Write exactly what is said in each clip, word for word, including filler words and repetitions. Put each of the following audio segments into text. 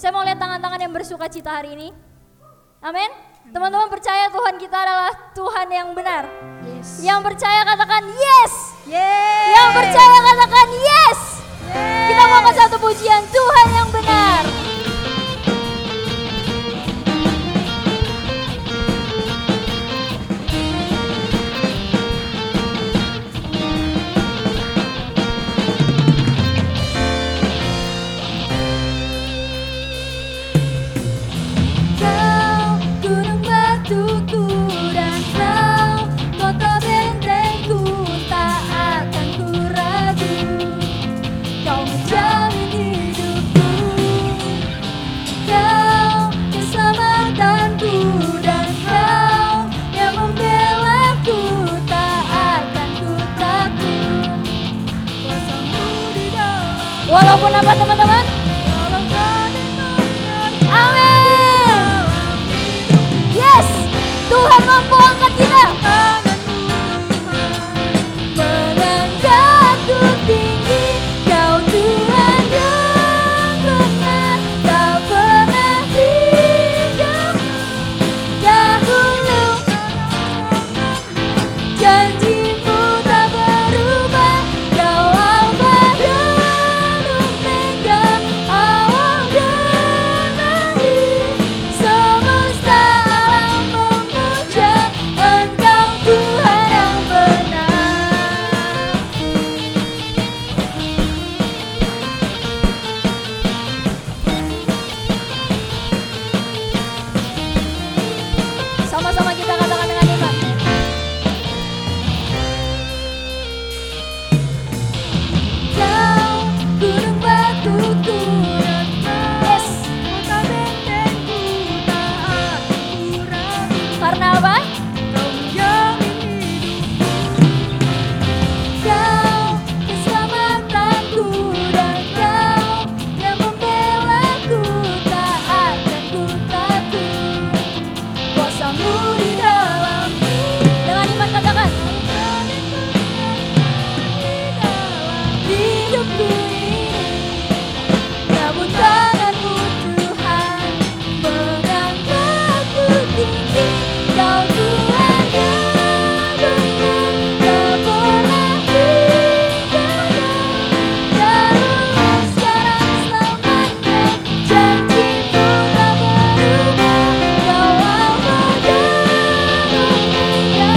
Saya mau lihat tangan-tangan yang bersuka cita hari ini. Amin. Teman-teman percaya Tuhan kita adalah Tuhan yang benar. Yes. Yang percaya katakan yes. Yes. Yang percaya katakan yes. Yes. Kita mau ke satu pujian Tuhan yang benar. Walaupun apa teman-teman? Amin. Yes, Tuhan mampu angkat kita. Mengangkatku tinggi, Kau Tuhan yang benar, tak pernah tinggal dahulu. Janjimu tak berubah, Kau Alfa dan Omega, awal dan akhir. Semesta alam memuja Engkau Tuhan yang benar. Sama-sama kita katakan dengan iman. Kau gunung batuku, yes. Kota bentengku tak aku ragu. Karena apa? Kau menjamin hidupku. Kau keselamatanku dan Kau yang membelaku, tak akan ku takut. Kuasamu di dalamku. Dengan iman katakan. Hidupku ini, namun tanganmu Tuhan mengangkatku tinggi. Kau Tuhan yang benar, tak pernah tinggal dahulu, sekarang, selamanya. Janjimu tak berubah, Kau Alfa dan Omega.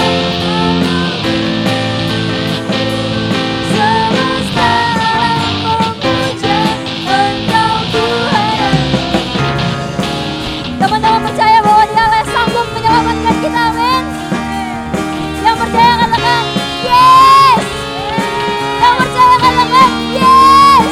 Semesta alam memuja Engkau Tuhan. Teman-teman percaya bahwa Dialah sanggup menyelamatkan kita, amin. Yang percaya katakan yes. Yang percaya katakan yes.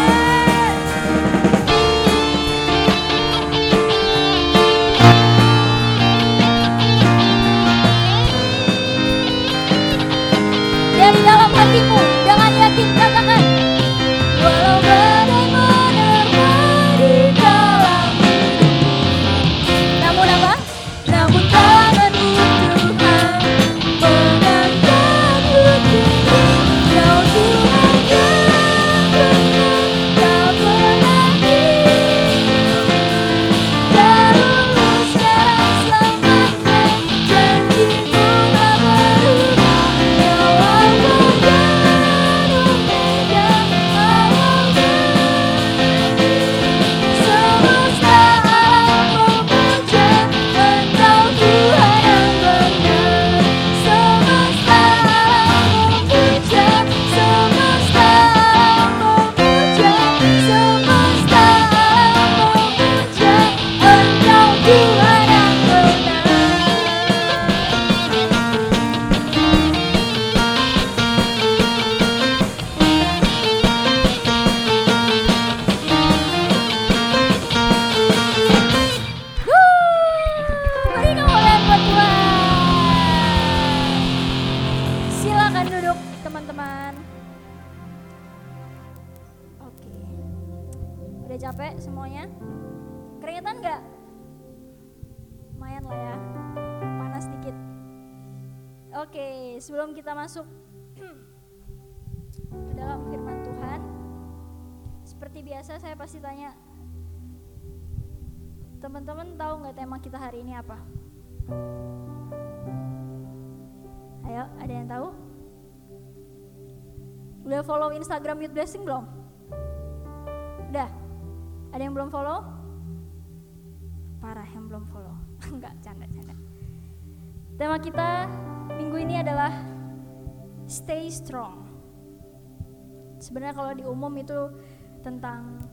Dari dalam hatimu dengan yakin katakan, walau badai menerpa di dalam hidupku, namun apa? Namun tanganmu Tuhan mengangkatku tinggi. Kau Tuhan yang benar, tak pernah tinggal dahulu, sekarang, selamanya. Janjimu tak berubah, Kau Alfa dan Omega, awal dan akhir. Semesta alam memuja Engkau Tuhan yang benar. Semesta alam memuja, semesta alam memuja, semesta alam memuja Engkau Tuhan yang benar. Wuh, beri kemuliaan buat Tuhan. Silakan duduk teman-teman. Oke, udah capek semuanya? Keringetan nggak? Lumayan lah ya, panas dikit. Oke, sebelum kita masuk ke dalam firman Tuhan, seperti biasa saya pasti tanya, Teman-teman tahu nggak tema kita hari ini apa? Ayo, ada yang tahu? Udah follow Instagram Youth Blessing belum? Udah? Ada yang belum follow? Parah yang belum follow. Enggak, canda-canda. Tema kita minggu ini adalah Stay Strong. Sebenarnya kalau di umum itu tentang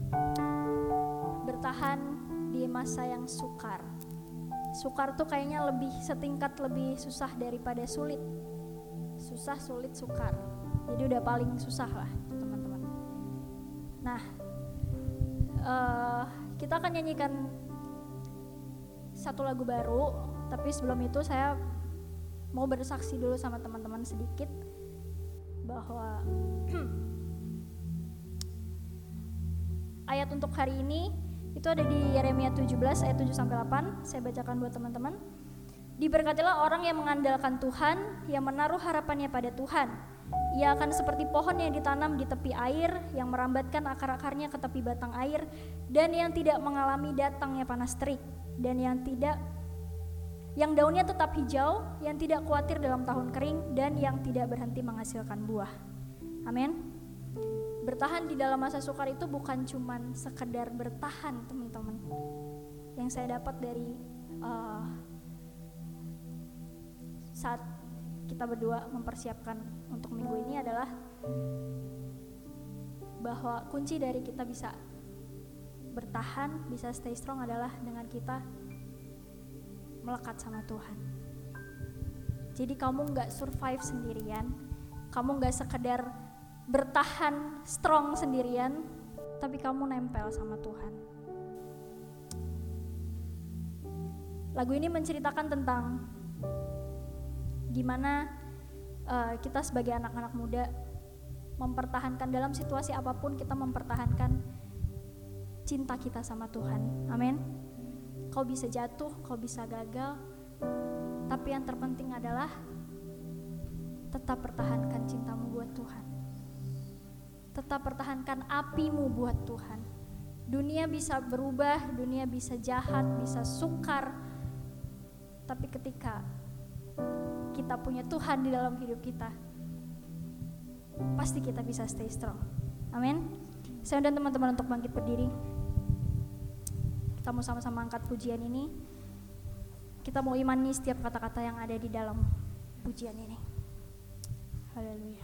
bertahan di masa yang sukar. Sukar tuh kayaknya lebih setingkat lebih susah daripada sulit. Susah, sulit, sukar. Jadi udah paling susah lah teman-teman. Nah, uh, kita akan nyanyikan satu lagu baru. Tapi sebelum itu saya mau bersaksi dulu sama teman-teman sedikit bahwa ayat untuk hari ini itu ada di Yeremia tujuh belas ayat tujuh sampai delapan. Saya bacakan buat teman-teman. Diberkatilah orang yang mengandalkan Tuhan, yang menaruh harapannya pada Tuhan. Ia akan seperti pohon yang ditanam di tepi air, yang merambatkan akar-akarnya ke tepi batang air, dan yang tidak mengalami datangnya panas terik, dan yang tidak yang daunnya tetap hijau, yang tidak khawatir dalam tahun kering, dan yang tidak berhenti menghasilkan buah. Amin. Bertahan di dalam masa sukar itu bukan cuman sekedar bertahan, teman-teman. Yang saya dapat dari uh, saat kita berdua mempersiapkan untuk minggu ini adalah bahwa kunci dari kita bisa bertahan, bisa stay strong adalah dengan kita melekat sama Tuhan. Jadi kamu gak survive sendirian, kamu gak sekedar bertahan strong sendirian, tapi kamu nempel sama Tuhan. Lagu ini menceritakan tentang gimana uh, kita sebagai anak-anak muda mempertahankan dalam situasi apapun, kita mempertahankan cinta kita sama Tuhan. Amin. Kau bisa jatuh, kau bisa gagal, tapi yang terpenting adalah tetap pertahankan cintamu buat Tuhan. Tetap pertahankan apimu buat Tuhan. Dunia bisa berubah, dunia bisa jahat, bisa sukar. Tapi ketika kita punya Tuhan di dalam hidup kita, pasti kita bisa stay strong. Amin. Saya undang teman-teman untuk bangkit berdiri. Kita mau sama-sama angkat pujian ini. Kita mau imani setiap kata-kata yang ada di dalam pujian ini. Haleluya.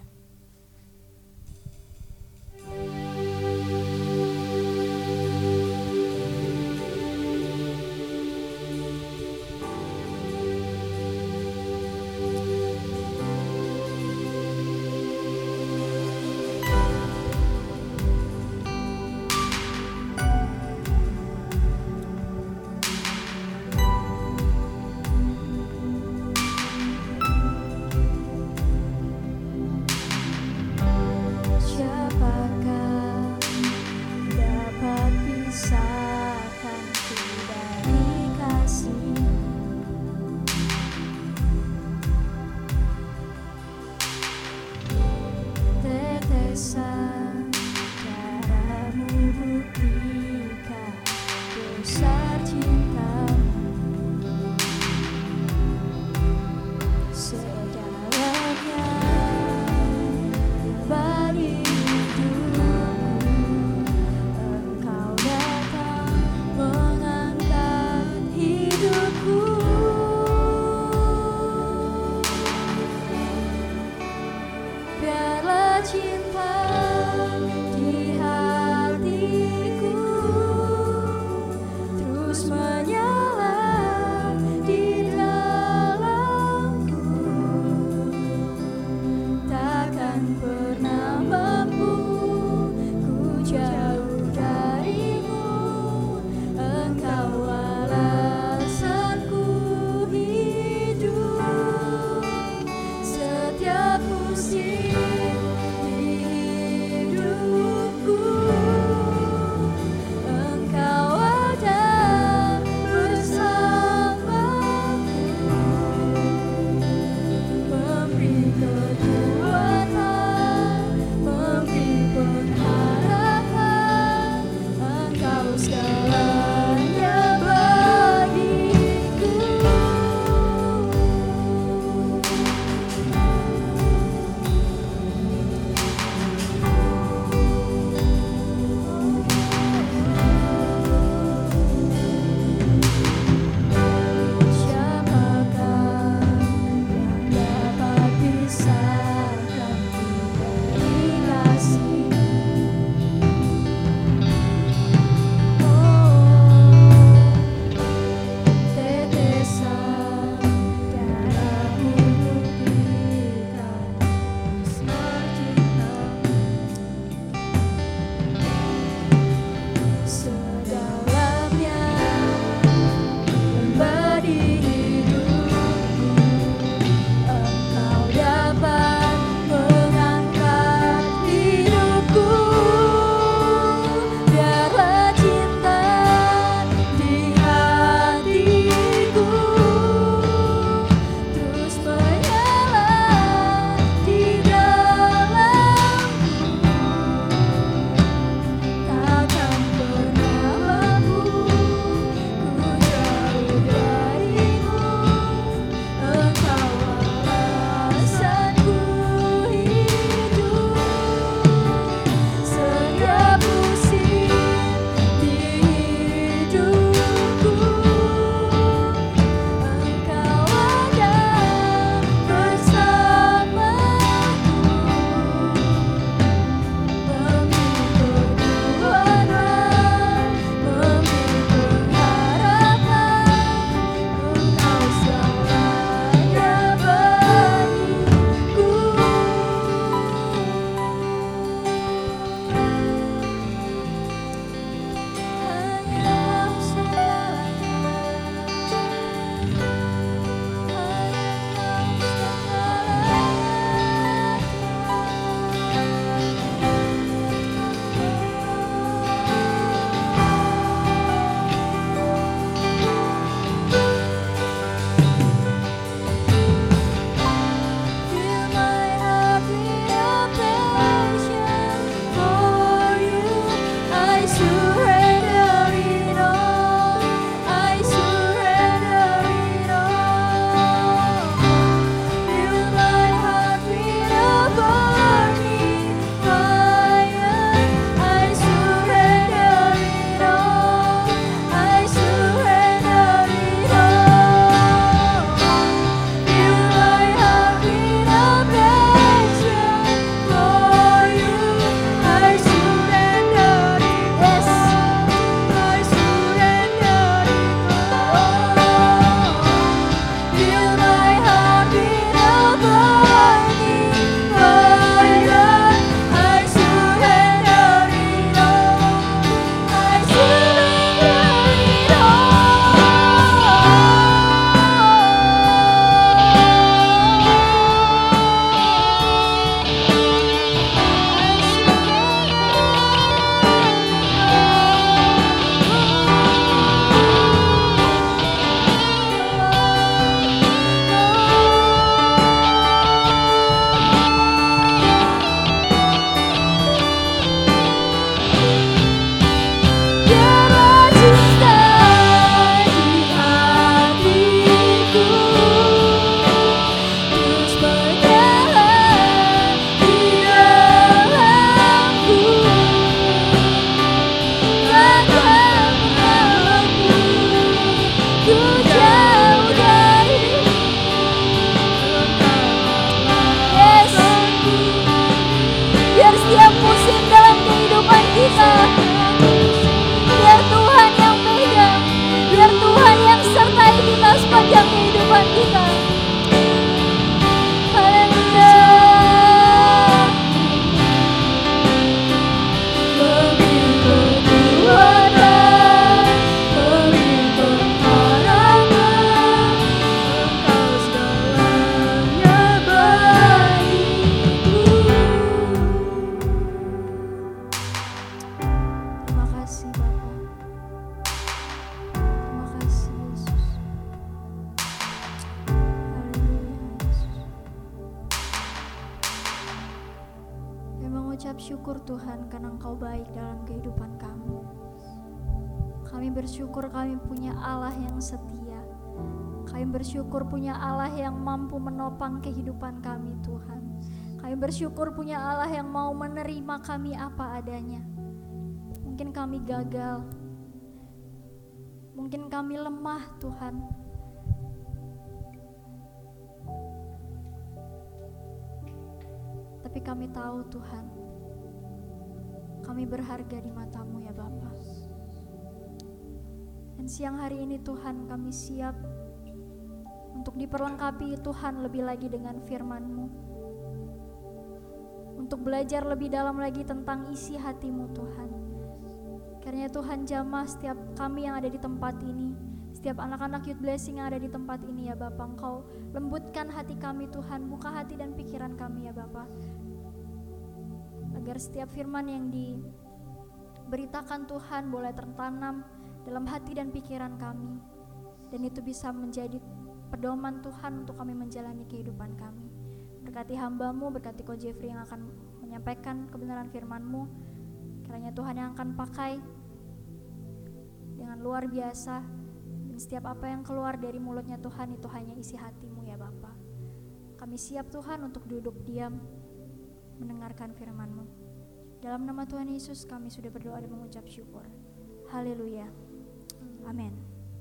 Siapakah mengucap syukur Tuhan karena Engkau baik dalam kehidupan kami. Kami bersyukur kami punya Allah yang setia. Kami bersyukur punya Allah yang mampu menopang kehidupan kami Tuhan. Kami bersyukur punya Allah yang mau menerima kami apa adanya. Mungkin kami gagal, mungkin kami lemah Tuhan. Tapi kami tahu Tuhan, kami berharga di mata-Mu ya Bapa. Dan siang hari ini Tuhan kami siap untuk diperlengkapi Tuhan lebih lagi dengan firman-Mu. Untuk belajar lebih dalam lagi tentang isi hati-Mu Tuhan. Karena Tuhan jamah setiap kami yang ada di tempat ini, setiap anak-anak Youth Blessing yang ada di tempat ini ya Bapa, Engkau lembutkan hati kami Tuhan, buka hati dan pikiran kami ya Bapa. Agar setiap firman yang diberitakan Tuhan boleh tertanam dalam hati dan pikiran kami. Dan itu bisa menjadi pedoman Tuhan untuk kami menjalani kehidupan kami. Berkati hamba-Mu, berkati Ko Jeffrey yang akan menyampaikan kebenaran firman-Mu. Kiranya Tuhan yang akan pakai dengan luar biasa. Dan setiap apa yang keluar dari mulutnya Tuhan itu hanya isi hati-Mu ya Bapa. Kami siap Tuhan untuk duduk diam mendengarkan firman-Mu. Dalam nama Tuhan Yesus kami sudah berdoa dan mengucap syukur. Haleluya. Amin.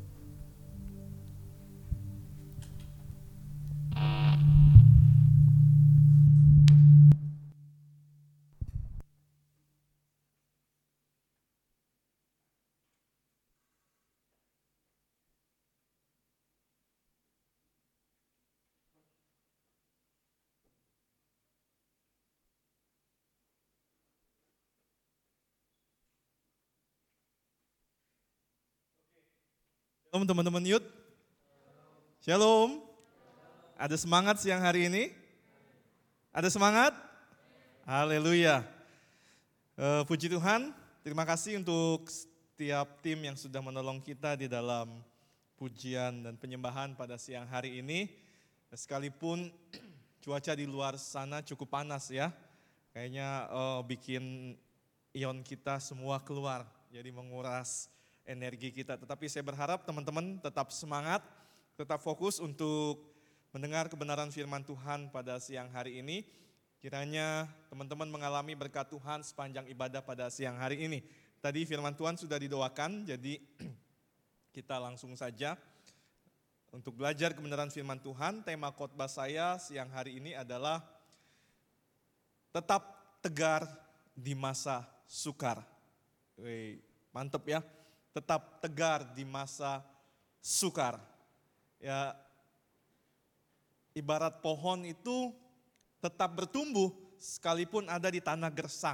Shalom teman-teman Youth. Shalom. Ada semangat siang hari ini? Ada semangat? Haleluya. Uh, puji Tuhan, terima kasih untuk setiap tim yang sudah menolong kita di dalam pujian dan penyembahan pada siang hari ini. Sekalipun cuaca di luar sana cukup panas ya, kayaknya uh, bikin ion kita semua keluar, jadi menguras energi kita. Tetapi saya berharap teman-teman tetap semangat, tetap fokus untuk mendengar kebenaran firman Tuhan pada siang hari ini. Kiranya teman-teman mengalami berkat Tuhan sepanjang ibadah pada siang hari ini. Tadi firman Tuhan sudah didoakan, jadi kita langsung saja untuk belajar kebenaran firman Tuhan. Tema khotbah saya siang hari ini adalah tetap tegar di masa sukar. Wih, mantep ya. Tetap tegar di masa sukar. Ya, ibarat pohon itu tetap bertumbuh sekalipun ada di tanah gersang.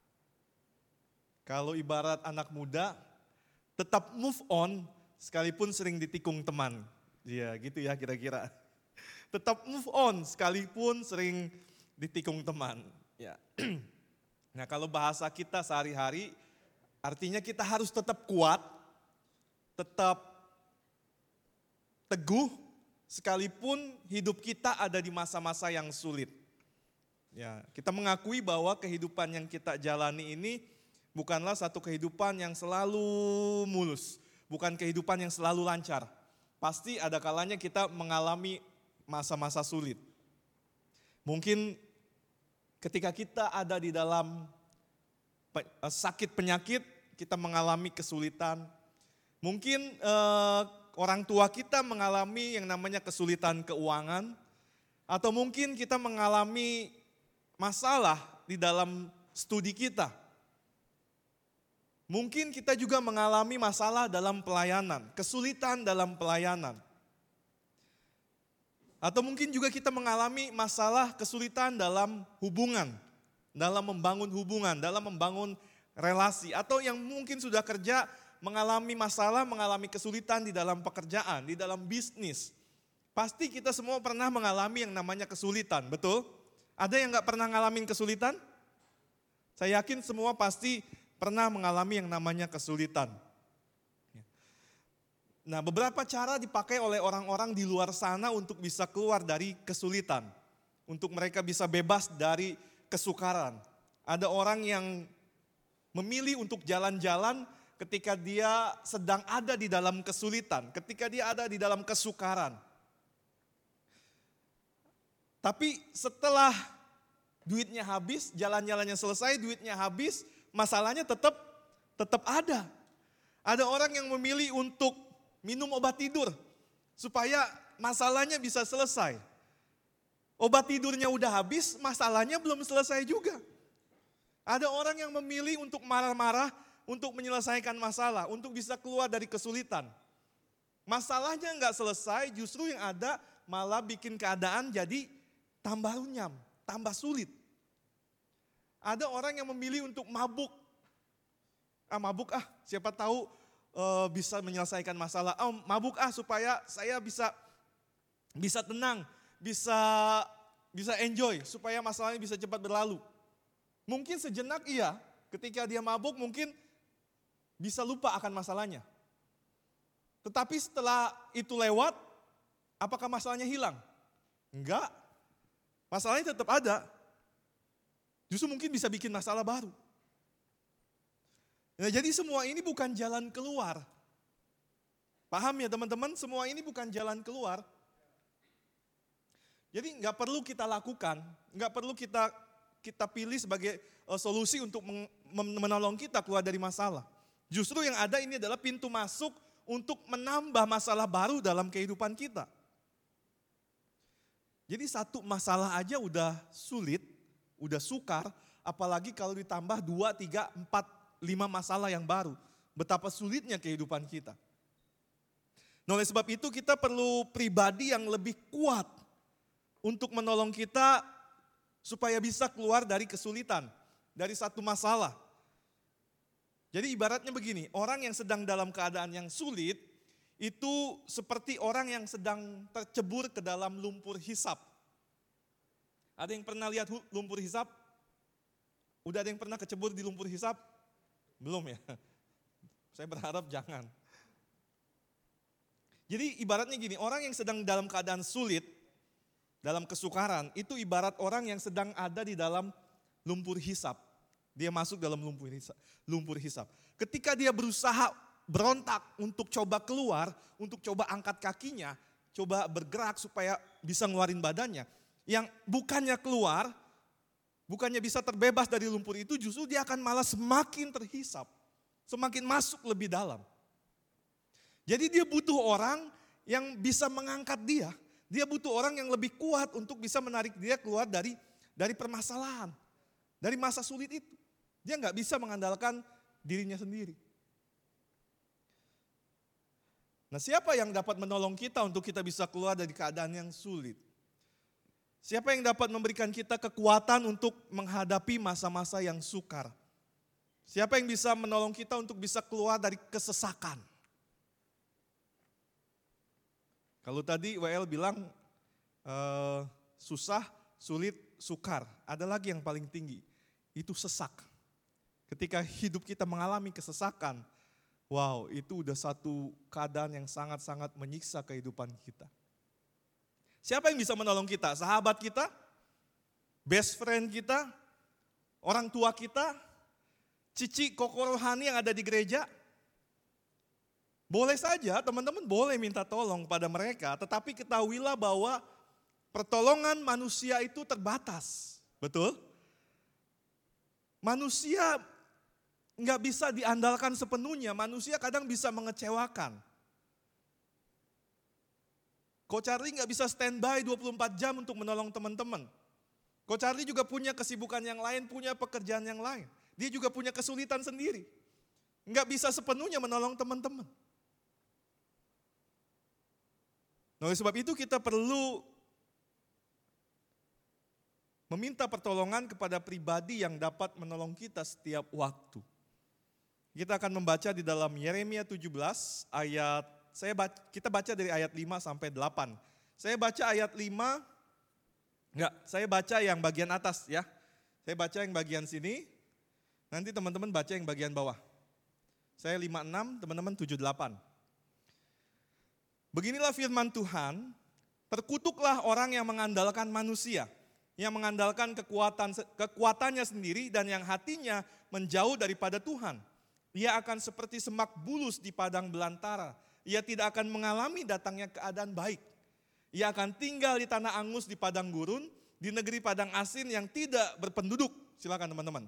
Kalau ibarat anak muda, tetap move on sekalipun sering ditikung teman. Ya gitu ya kira-kira. Tetap move on sekalipun sering ditikung teman. Ya. Nah kalau bahasa kita sehari-hari, artinya kita harus tetap kuat, tetap teguh, sekalipun hidup kita ada di masa-masa yang sulit. Ya, kita mengakui bahwa kehidupan yang kita jalani ini bukanlah satu kehidupan yang selalu mulus, bukan kehidupan yang selalu lancar. Pasti ada kalanya kita mengalami masa-masa sulit. Mungkin ketika kita ada di dalam sakit penyakit, kita mengalami kesulitan. Mungkin eh, orang tua kita mengalami yang namanya kesulitan keuangan. Atau mungkin kita mengalami masalah di dalam studi kita. Mungkin kita juga mengalami masalah dalam pelayanan, kesulitan dalam pelayanan. Atau mungkin juga kita mengalami masalah kesulitan dalam hubungan. Dalam membangun hubungan, dalam membangun relasi. Atau yang mungkin sudah kerja mengalami masalah, mengalami kesulitan di dalam pekerjaan, di dalam bisnis. Pasti kita semua pernah mengalami yang namanya kesulitan, betul? Ada yang gak pernah ngalamin kesulitan? Saya yakin semua pasti pernah mengalami yang namanya kesulitan. Nah, beberapa cara dipakai oleh orang-orang di luar sana untuk bisa keluar dari kesulitan. Untuk mereka bisa bebas dari kesukaran. Ada orang yang memilih untuk jalan-jalan ketika dia sedang ada di dalam kesulitan, ketika dia ada di dalam kesukaran. Tapi setelah duitnya habis, jalan-jalannya selesai, duitnya habis, masalahnya tetap tetap ada. Ada orang yang memilih untuk minum obat tidur supaya masalahnya bisa selesai. Obat tidurnya udah habis, masalahnya belum selesai juga. Ada orang yang memilih untuk marah-marah untuk menyelesaikan masalah, untuk bisa keluar dari kesulitan. Masalahnya nggak selesai, justru yang ada malah bikin keadaan jadi tambah runyam, tambah sulit. Ada orang yang memilih untuk mabuk. Ah mabuk ah, siapa tahu e, bisa menyelesaikan masalah. Ah mabuk ah supaya saya bisa bisa tenang, bisa bisa enjoy, supaya masalahnya bisa cepat berlalu. Mungkin sejenak iya, ketika dia mabuk mungkin bisa lupa akan masalahnya. Tetapi setelah itu lewat, apakah masalahnya hilang? Enggak, masalahnya tetap ada. Justru mungkin bisa bikin masalah baru. Nah, jadi semua ini bukan jalan keluar. Paham ya teman-teman, semua ini bukan jalan keluar. Jadi nggak perlu kita lakukan, nggak perlu kita kita pilih sebagai uh, solusi untuk men- menolong kita keluar dari masalah. Justru yang ada ini adalah pintu masuk untuk menambah masalah baru dalam kehidupan kita. Jadi satu masalah aja udah sulit, udah sukar, apalagi kalau ditambah dua, tiga, empat, lima masalah yang baru. Betapa sulitnya kehidupan kita. Nah, oleh sebab itu kita perlu pribadi yang lebih kuat untuk menolong kita supaya bisa keluar dari kesulitan, dari satu masalah. Jadi ibaratnya begini, orang yang sedang dalam keadaan yang sulit, itu seperti orang yang sedang tercebur ke dalam lumpur hisap. Ada yang pernah lihat lumpur hisap? Udah ada yang pernah kecebur di lumpur hisap? Belum ya? Saya berharap jangan. Jadi ibaratnya gini, orang yang sedang dalam keadaan sulit, dalam kesukaran, itu ibarat orang yang sedang ada di dalam lumpur hisap. Dia masuk dalam lumpur hisap. Lumpur hisap. Ketika dia berusaha berontak untuk coba keluar, untuk coba angkat kakinya, coba bergerak supaya bisa ngeluarin badannya. Yang bukannya keluar, bukannya bisa terbebas dari lumpur itu, justru dia akan malah semakin terhisap. Semakin masuk lebih dalam. Jadi dia butuh orang yang bisa mengangkat dia. Dia butuh orang yang lebih kuat untuk bisa menarik dia keluar dari dari permasalahan, dari masa sulit itu. Dia nggak bisa mengandalkan dirinya sendiri. Nah, siapa yang dapat menolong kita untuk kita bisa keluar dari keadaan yang sulit? Siapa yang dapat memberikan kita kekuatan untuk menghadapi masa-masa yang sukar? Siapa yang bisa menolong kita untuk bisa keluar dari kesesakan? Kalau tadi W L bilang uh, susah, sulit, sukar. Ada lagi yang paling tinggi, itu sesak. Ketika hidup kita mengalami kesesakan, wow, itu udah satu keadaan yang sangat-sangat menyiksa kehidupan kita. Siapa yang bisa menolong kita? Sahabat kita? Best friend kita? Orang tua kita? Cici, koko rohani yang ada di gereja? Boleh saja teman-teman boleh minta tolong pada mereka, tetapi ketahuilah bahwa pertolongan manusia itu terbatas. Betul? Manusia nggak bisa diandalkan sepenuhnya, manusia kadang bisa mengecewakan. Coach Charlie nggak bisa standby dua puluh empat jam untuk menolong teman-teman. Coach Charlie juga punya kesibukan yang lain, punya pekerjaan yang lain. Dia juga punya kesulitan sendiri. Nggak bisa sepenuhnya menolong teman-teman. Nah, oleh sebab itu kita perlu meminta pertolongan kepada pribadi yang dapat menolong kita setiap waktu. Kita akan membaca di dalam Yeremia tujuh belas ayat, saya baca, kita baca dari ayat lima sampai delapan. Saya baca ayat lima, enggak, saya baca yang bagian atas ya. Saya baca yang bagian sini, nanti teman-teman baca yang bagian bawah. Saya lima enam, teman-teman tujuh delapan. Beginilah firman Tuhan, terkutuklah orang yang mengandalkan manusia, yang mengandalkan kekuatan kekuatannya sendiri dan yang hatinya menjauh daripada Tuhan. Ia akan seperti semak bulus di padang belantara. Ia tidak akan mengalami datangnya keadaan baik. Ia akan tinggal di tanah angus di padang gurun, di negeri padang asin yang tidak berpenduduk. Silakan teman-teman.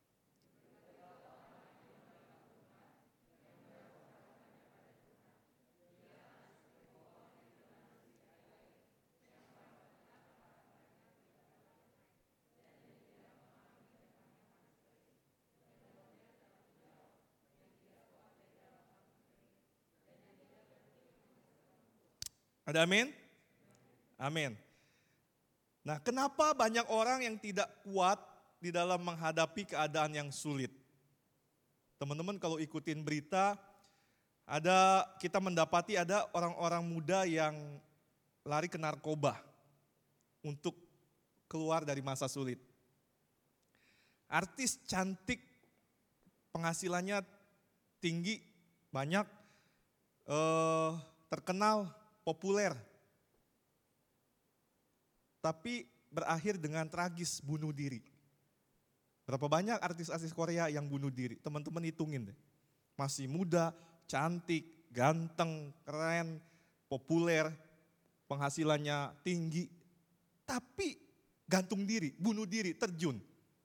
Ada amin? Amin. Nah, kenapa banyak orang yang tidak kuat di dalam menghadapi keadaan yang sulit? Teman-teman kalau ikutin berita, ada kita mendapati ada orang-orang muda yang lari ke narkoba untuk keluar dari masa sulit. Artis cantik, penghasilannya tinggi, banyak, eh, terkenal, populer. Tapi berakhir dengan tragis bunuh diri. Berapa banyak artis-artis Korea yang bunuh diri? Teman-teman hitungin deh. Masih muda, cantik, ganteng, keren, populer, penghasilannya tinggi. Tapi gantung diri, bunuh diri, terjun.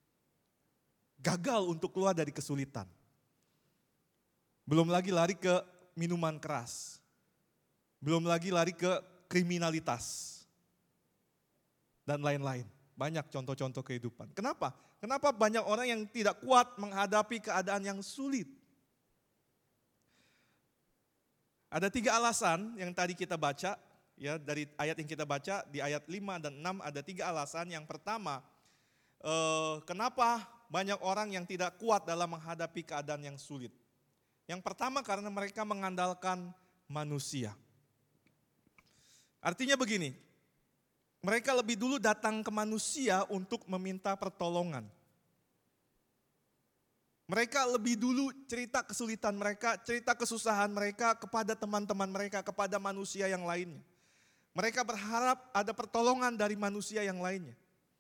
Gagal untuk keluar dari kesulitan. Belum lagi lari ke minuman keras. Belum lagi lari ke kriminalitas. Dan lain-lain. Banyak contoh-contoh kehidupan. Kenapa? Kenapa banyak orang yang tidak kuat menghadapi keadaan yang sulit? Ada tiga alasan yang tadi kita baca, ya dari ayat yang kita baca, di ayat lima dan enam ada tiga alasan. Yang pertama, eh, kenapa banyak orang yang tidak kuat dalam menghadapi keadaan yang sulit? Yang pertama karena mereka mengandalkan manusia. Artinya begini, mereka lebih dulu datang ke manusia untuk meminta pertolongan. Mereka lebih dulu cerita kesulitan mereka, cerita kesusahan mereka kepada teman-teman mereka, kepada manusia yang lainnya. Mereka berharap ada pertolongan dari manusia yang lainnya.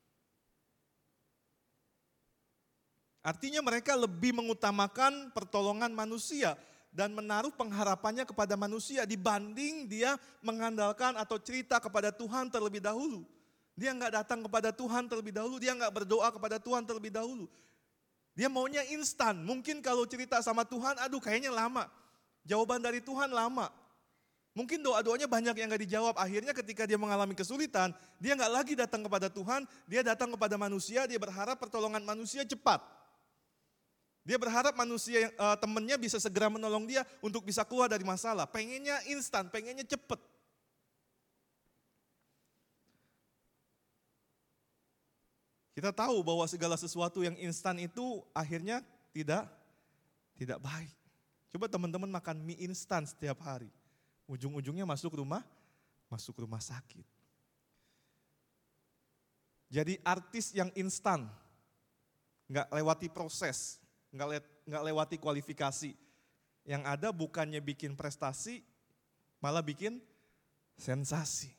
Artinya mereka lebih mengutamakan pertolongan manusia dan menaruh pengharapannya kepada manusia dibanding dia mengandalkan atau cerita kepada Tuhan terlebih dahulu. Dia nggak datang kepada Tuhan terlebih dahulu, dia nggak berdoa kepada Tuhan terlebih dahulu. Dia maunya instan, mungkin kalau cerita sama Tuhan, aduh kayaknya lama. Jawaban dari Tuhan lama. Mungkin doa-doanya banyak yang nggak dijawab, akhirnya ketika dia mengalami kesulitan, dia nggak lagi datang kepada Tuhan, dia datang kepada manusia, dia berharap pertolongan manusia cepat. Dia berharap manusia, uh, temannya bisa segera menolong dia untuk bisa keluar dari masalah. Pengennya instan, pengennya cepet. Kita tahu bahwa segala sesuatu yang instan itu akhirnya tidak tidak baik. Coba teman-teman makan mie instan setiap hari. Ujung-ujungnya masuk rumah, masuk rumah sakit. Jadi artis yang instan, nggak lewati proses, nggak le, nggak lewati kualifikasi. Yang ada bukannya bikin prestasi, malah bikin sensasi.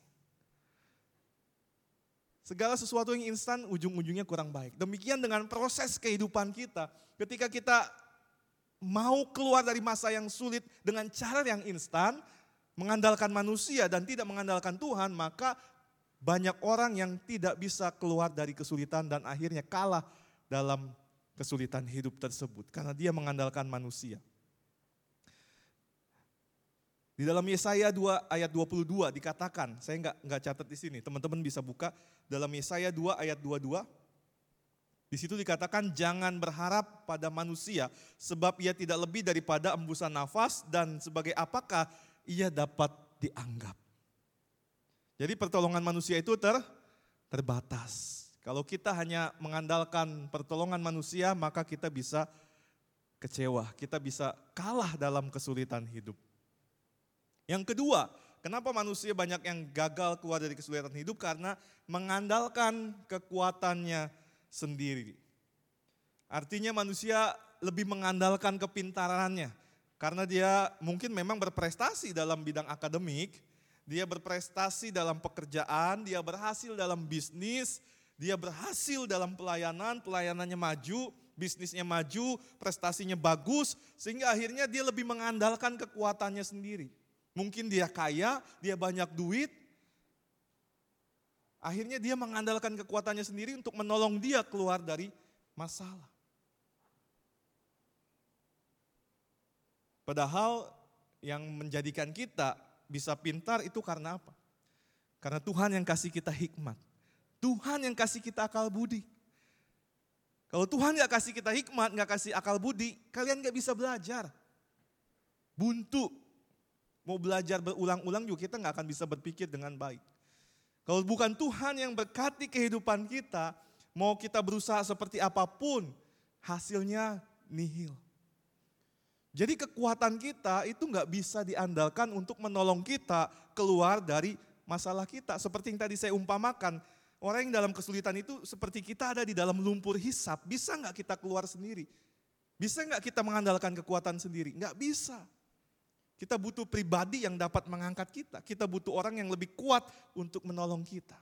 Segala sesuatu yang instan ujung-ujungnya kurang baik. Demikian dengan proses kehidupan kita. Ketika kita mau keluar dari masa yang sulit dengan cara yang instan, mengandalkan manusia dan tidak mengandalkan Tuhan, maka banyak orang yang tidak bisa keluar dari kesulitan dan akhirnya kalah dalam kesulitan hidup tersebut karena dia mengandalkan manusia. Di dalam Yesaya dua ayat dua puluh dua dikatakan, saya enggak enggak catat di sini, teman-teman bisa buka dalam Yesaya dua ayat dua puluh dua. Di situ dikatakan jangan berharap pada manusia sebab ia tidak lebih daripada embusan nafas dan sebagai apakah ia dapat dianggap. Jadi pertolongan manusia itu ter, terbatas. Kalau kita hanya mengandalkan pertolongan manusia maka kita bisa kecewa, kita bisa kalah dalam kesulitan hidup. Yang kedua, kenapa manusia banyak yang gagal keluar dari kesulitan hidup? Karena mengandalkan kekuatannya sendiri. Artinya manusia lebih mengandalkan kepintarannya. Karena dia mungkin memang berprestasi dalam bidang akademik, dia berprestasi dalam pekerjaan, dia berhasil dalam bisnis, dia berhasil dalam pelayanan, pelayanannya maju, bisnisnya maju, prestasinya bagus, sehingga akhirnya dia lebih mengandalkan kekuatannya sendiri. Mungkin dia kaya, dia banyak duit, akhirnya dia mengandalkan kekuatannya sendiri untuk menolong dia keluar dari masalah. Padahal yang menjadikan kita bisa pintar itu karena apa? Karena Tuhan yang kasih kita hikmat. Tuhan yang kasih kita akal budi. Kalau Tuhan gak kasih kita hikmat, gak kasih akal budi, kalian gak bisa belajar. Buntu. Mau belajar berulang-ulang juga kita gak akan bisa berpikir dengan baik. Kalau bukan Tuhan yang berkati kehidupan kita, mau kita berusaha seperti apapun, hasilnya nihil. Jadi kekuatan kita itu gak bisa diandalkan untuk menolong kita keluar dari masalah kita. Seperti yang tadi saya umpamakan, orang yang dalam kesulitan itu seperti kita ada di dalam lumpur hisap, bisa gak kita keluar sendiri? Bisa gak kita mengandalkan kekuatan sendiri? Gak bisa. Kita butuh pribadi yang dapat mengangkat kita. Kita butuh orang yang lebih kuat untuk menolong kita.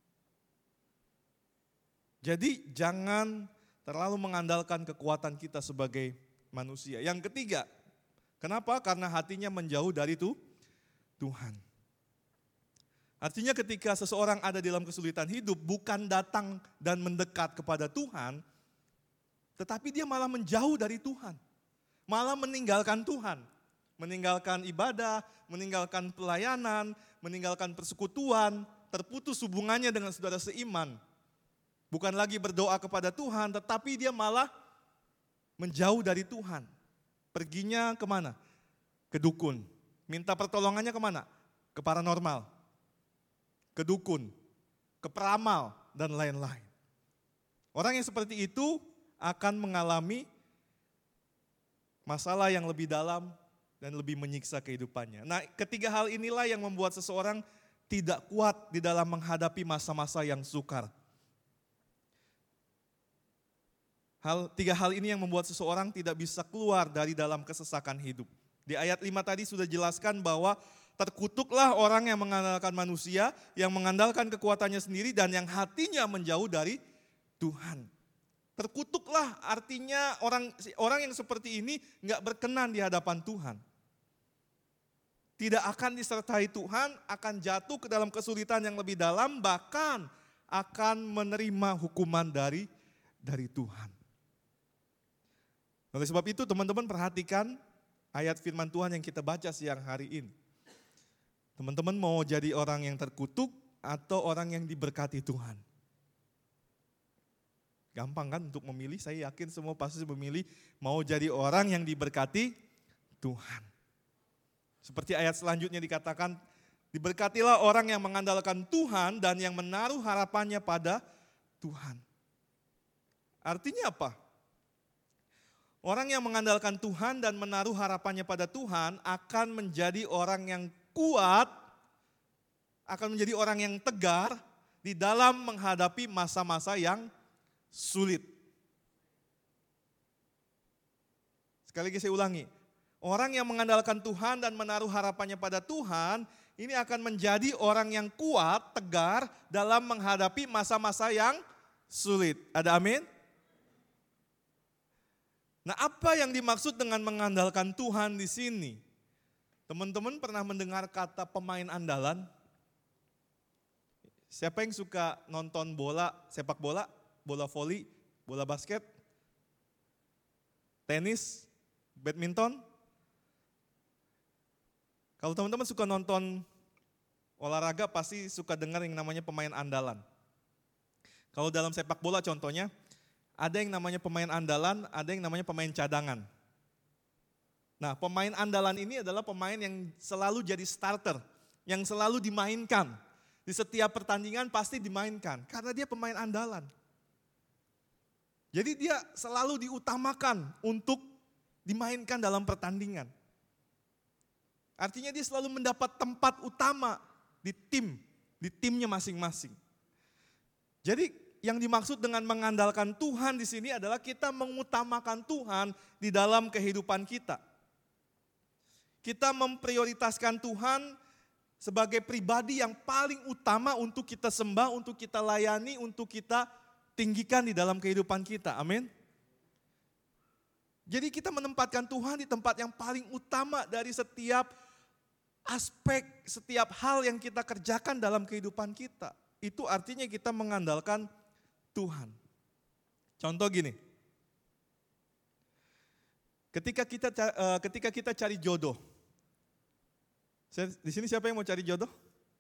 Jadi jangan terlalu mengandalkan kekuatan kita sebagai manusia. Yang ketiga, kenapa? Karena hatinya menjauh dari itu Tuhan. Artinya ketika seseorang ada dalam kesulitan hidup, bukan datang dan mendekat kepada Tuhan, tetapi dia malah menjauh dari Tuhan. Malah meninggalkan Tuhan. Meninggalkan ibadah, meninggalkan pelayanan, meninggalkan persekutuan, terputus hubungannya dengan saudara seiman. Bukan lagi berdoa kepada Tuhan, tetapi dia malah menjauh dari Tuhan. Perginya kemana? Ke dukun. Minta pertolongannya kemana? Ke paranormal. Ke dukun, ke peramal, dan lain-lain. Orang yang seperti itu akan mengalami masalah yang lebih dalam dan lebih menyiksa kehidupannya. Nah, ketiga hal inilah yang membuat seseorang tidak kuat di dalam menghadapi masa-masa yang sukar. Hal, tiga hal ini yang membuat seseorang tidak bisa keluar dari dalam kesesakan hidup. Di ayat lima tadi sudah jelaskan bahwa terkutuklah orang yang mengandalkan manusia, yang mengandalkan kekuatannya sendiri dan yang hatinya menjauh dari Tuhan. Terkutuklah artinya orang orang yang seperti ini nggak berkenan di hadapan Tuhan. Tidak akan disertai Tuhan, akan jatuh ke dalam kesulitan yang lebih dalam, bahkan akan menerima hukuman dari dari Tuhan. Oleh sebab itu teman-teman perhatikan ayat firman Tuhan yang kita baca siang hari ini. Teman-teman mau jadi orang yang terkutuk atau orang yang diberkati Tuhan? Gampang kan untuk memilih, saya yakin semua pasti memilih mau jadi orang yang diberkati Tuhan. Seperti ayat selanjutnya dikatakan, diberkatilah orang yang mengandalkan Tuhan dan yang menaruh harapannya pada Tuhan. Artinya apa? Orang yang mengandalkan Tuhan dan menaruh harapannya pada Tuhan akan menjadi orang yang kuat, akan menjadi orang yang tegar di dalam menghadapi masa-masa yang sulit. Sekali lagi saya ulangi, orang yang mengandalkan Tuhan dan menaruh harapannya pada Tuhan, ini akan menjadi orang yang kuat, tegar dalam menghadapi masa-masa yang sulit. Ada amin? Nah, apa yang dimaksud dengan mengandalkan Tuhan di sini? Teman-teman pernah mendengar kata pemain andalan? Siapa yang suka nonton bola, sepak bola, bola voli, bola basket, tenis, badminton? Kalau teman-teman suka nonton olahraga pasti suka dengar yang namanya pemain andalan. Kalau dalam sepak bola contohnya, ada yang namanya pemain andalan, ada yang namanya pemain cadangan. Nah, pemain andalan ini adalah pemain yang selalu jadi starter, yang selalu dimainkan. Di setiap pertandingan pasti dimainkan, karena dia pemain andalan. Jadi dia selalu diutamakan untuk dimainkan dalam pertandingan. Artinya dia selalu mendapat tempat utama di tim, di timnya masing-masing. Jadi yang dimaksud dengan mengandalkan Tuhan di sini adalah kita mengutamakan Tuhan di dalam kehidupan kita. Kita memprioritaskan Tuhan sebagai pribadi yang paling utama untuk kita sembah, untuk kita layani, untuk kita tinggikan di dalam kehidupan kita. Amin. Jadi kita menempatkan Tuhan di tempat yang paling utama dari setiap aspek, setiap hal yang kita kerjakan dalam kehidupan kita. Itu artinya kita mengandalkan Tuhan. Contoh gini, ketika kita ketika kita cari jodoh, di sini siapa yang mau cari jodoh?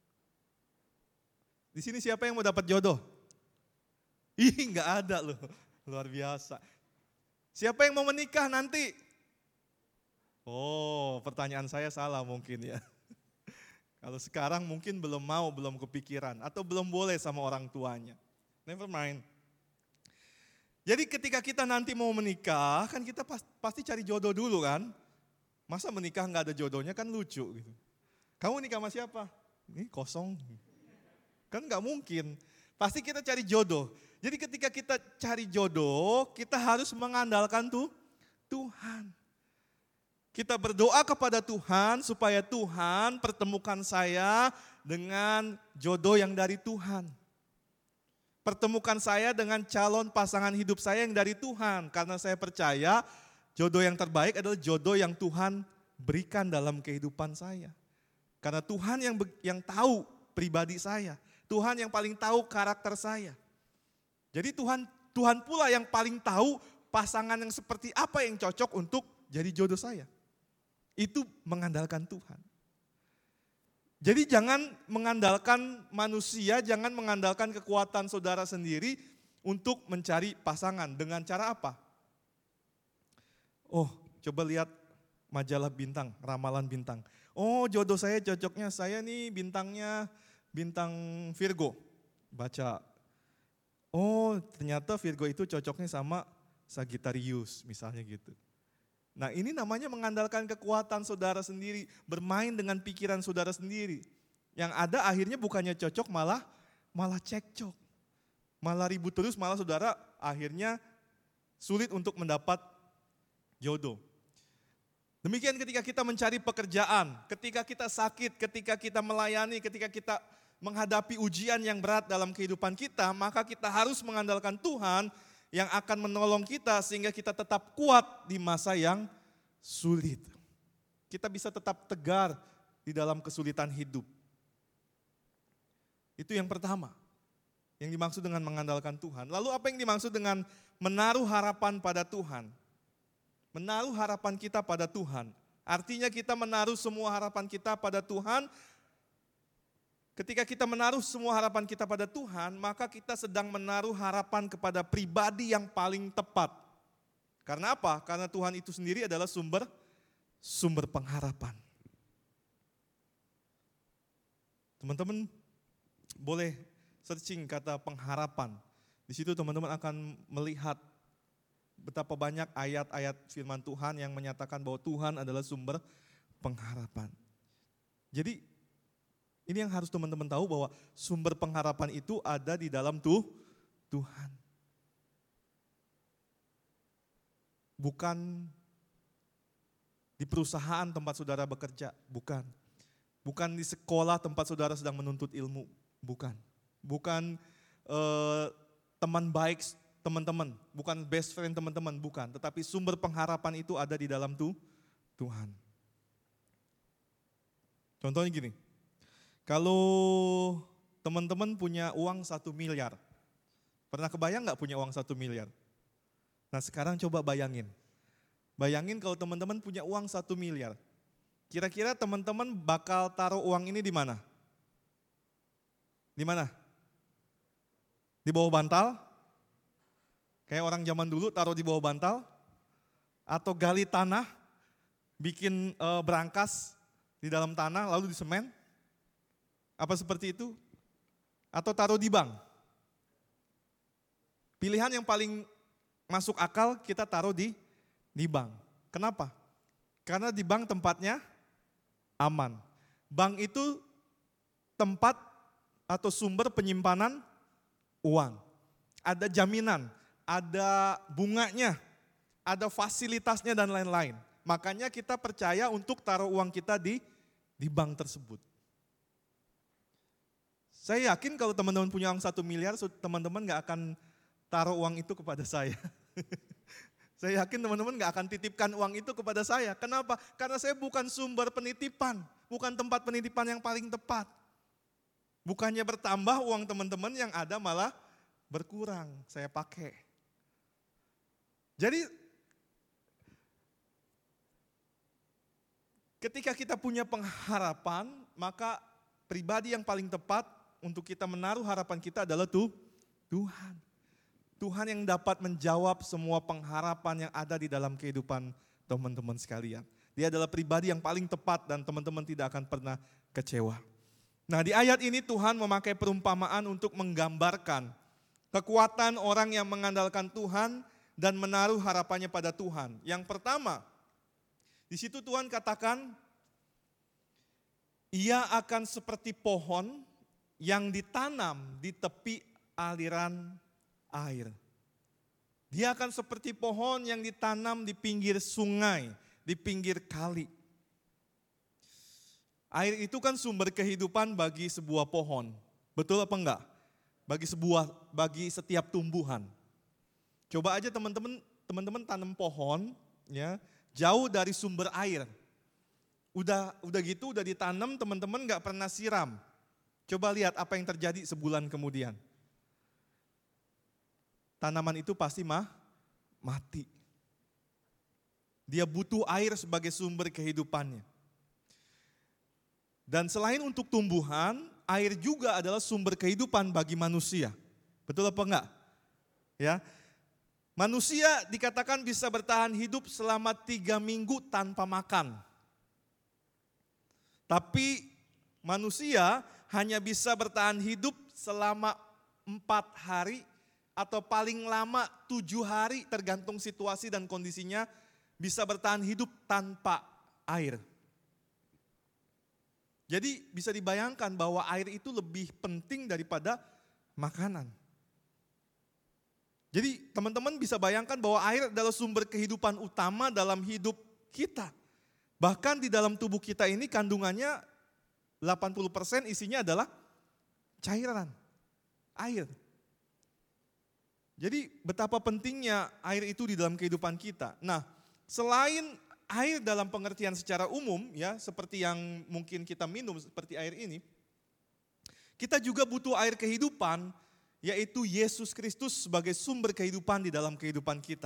Di sini siapa yang mau dapat jodoh? Ih, nggak ada loh, luar biasa. Siapa yang mau menikah nanti? Oh, pertanyaan saya salah mungkin ya. Kalau sekarang mungkin belum mau, belum kepikiran, atau belum boleh sama orang tuanya. Never mind. Jadi ketika kita nanti mau menikah, kan kita pasti cari jodoh dulu kan. Masa menikah nggak ada jodohnya kan lucu gitu. Kamu nikah sama siapa? Ini kosong. Kan nggak mungkin. Pasti kita cari jodoh. Jadi ketika kita cari jodoh, kita harus mengandalkan tuh Tuhan. Kita berdoa kepada Tuhan supaya Tuhan pertemukan saya dengan jodoh yang dari Tuhan. Pertemukan saya dengan calon pasangan hidup saya yang dari Tuhan. Karena saya percaya jodoh yang terbaik adalah jodoh yang Tuhan berikan dalam kehidupan saya. Karena Tuhan yang yang tahu pribadi saya. Tuhan yang paling tahu karakter saya. Jadi Tuhan Tuhan pula yang paling tahu pasangan yang seperti apa yang cocok untuk jadi jodoh saya. Itu mengandalkan Tuhan. Jadi jangan mengandalkan manusia, jangan mengandalkan kekuatan saudara sendiri untuk mencari pasangan. Dengan cara apa? Oh, coba lihat majalah bintang, ramalan bintang. Oh, jodoh saya cocoknya, saya nih bintangnya bintang Virgo. Baca, oh ternyata Virgo itu cocoknya sama Sagittarius misalnya gitu. Nah ini namanya mengandalkan kekuatan saudara sendiri, bermain dengan pikiran saudara sendiri. Yang ada akhirnya bukannya cocok malah malah cekcok. Malah ribut terus, malah saudara akhirnya sulit untuk mendapat jodoh. Demikian ketika kita mencari pekerjaan, ketika kita sakit, ketika kita melayani, ketika kita menghadapi ujian yang berat dalam kehidupan kita, maka kita harus mengandalkan Tuhan yang akan menolong kita sehingga kita tetap kuat di masa yang sulit. Kita bisa tetap tegar di dalam kesulitan hidup. Itu yang pertama, yang dimaksud dengan mengandalkan Tuhan. Lalu apa yang dimaksud dengan menaruh harapan pada Tuhan? Menaruh harapan kita pada Tuhan. Artinya kita menaruh semua harapan kita pada Tuhan. Ketika kita menaruh semua harapan kita pada Tuhan, maka kita sedang menaruh harapan kepada pribadi yang paling tepat. Karena apa? Karena Tuhan itu sendiri adalah sumber sumber pengharapan. Teman-teman boleh searching kata pengharapan. Di situ teman-teman akan melihat betapa banyak ayat-ayat firman Tuhan yang menyatakan bahwa Tuhan adalah sumber pengharapan. Jadi ini yang harus teman-teman tahu bahwa sumber pengharapan itu ada di dalam tuh Tuhan. Bukan di perusahaan tempat saudara bekerja, bukan. Bukan di sekolah tempat saudara sedang menuntut ilmu, bukan. Bukan eh, teman baik teman-teman, bukan best friend teman-teman, bukan. Tetapi sumber pengharapan itu ada di dalam tuh Tuhan. Contohnya gini, kalau teman-teman punya uang satu miliar, pernah kebayang gak punya uang satu miliar? Nah sekarang coba bayangin, bayangin kalau teman-teman punya uang satu miliar, kira-kira teman-teman bakal taruh uang ini di mana? Di mana? Di bawah bantal? Kayak orang zaman dulu taruh di bawah bantal, atau gali tanah, bikin e, berangkas di dalam tanah lalu disemen, apa seperti itu? Atau taruh di bank. Pilihan yang paling masuk akal kita taruh di di bank. Kenapa? Karena di bank tempatnya aman. Bank itu tempat atau sumber penyimpanan uang. Ada jaminan, ada bunganya, ada fasilitasnya dan lain-lain. Makanya kita percaya untuk taruh uang kita di di bank tersebut. Saya yakin kalau teman-teman punya uang satu miliar, teman-teman gak akan taruh uang itu kepada saya. Saya yakin teman-teman gak akan titipkan uang itu kepada saya. Kenapa? Karena saya bukan sumber penitipan, bukan tempat penitipan yang paling tepat. Bukannya bertambah uang teman-teman, yang ada malah berkurang saya pakai. Jadi ketika kita punya pengharapan, maka pribadi yang paling tepat untuk kita menaruh harapan kita adalah tuh Tuhan. Tuhan yang dapat menjawab semua pengharapan yang ada di dalam kehidupan teman-teman sekalian. Dia adalah pribadi yang paling tepat dan teman-teman tidak akan pernah kecewa. Nah, di ayat ini Tuhan memakai perumpamaan untuk menggambarkan kekuatan orang yang mengandalkan Tuhan dan menaruh harapannya pada Tuhan. Yang pertama, di situ Tuhan katakan, ia akan seperti pohon yang ditanam di tepi aliran air. Dia akan seperti pohon yang ditanam di pinggir sungai, di pinggir kali. Air itu kan sumber kehidupan bagi sebuah pohon. Betul apa enggak? Bagi sebuah bagi setiap tumbuhan. Coba aja teman-teman teman-teman tanam pohon ya, jauh dari sumber air. Udah udah gitu udah ditanam, teman-teman enggak pernah siram. Coba lihat apa yang terjadi sebulan kemudian. Tanaman itu pasti mah mati. Dia butuh air sebagai sumber kehidupannya. Dan selain untuk tumbuhan, air juga adalah sumber kehidupan bagi manusia. Betul apa enggak? Ya. Manusia dikatakan bisa bertahan hidup selama tiga minggu tanpa makan. Tapi manusia hanya bisa bertahan hidup selama empat hari atau paling lama tujuh hari tergantung situasi dan kondisinya, bisa bertahan hidup tanpa air. Jadi bisa dibayangkan bahwa air itu lebih penting daripada makanan. Jadi teman-teman bisa bayangkan bahwa air adalah sumber kehidupan utama dalam hidup kita. Bahkan di dalam tubuh kita ini kandungannya delapan puluh persen isinya adalah cairan, air. Jadi betapa pentingnya air itu di dalam kehidupan kita. Nah, selain air dalam pengertian secara umum ya, seperti yang mungkin kita minum seperti air ini, kita juga butuh air kehidupan, yaitu Yesus Kristus sebagai sumber kehidupan di dalam kehidupan kita.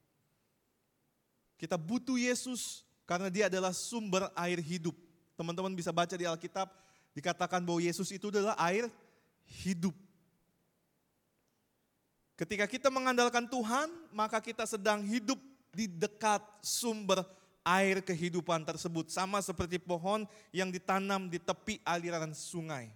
Kita butuh Yesus karena dia adalah sumber air hidup. Teman-teman bisa baca di Alkitab, dikatakan bahwa Yesus itu adalah air hidup. Ketika kita mengandalkan Tuhan, maka kita sedang hidup di dekat sumber air kehidupan tersebut. Sama seperti pohon yang ditanam di tepi aliran sungai.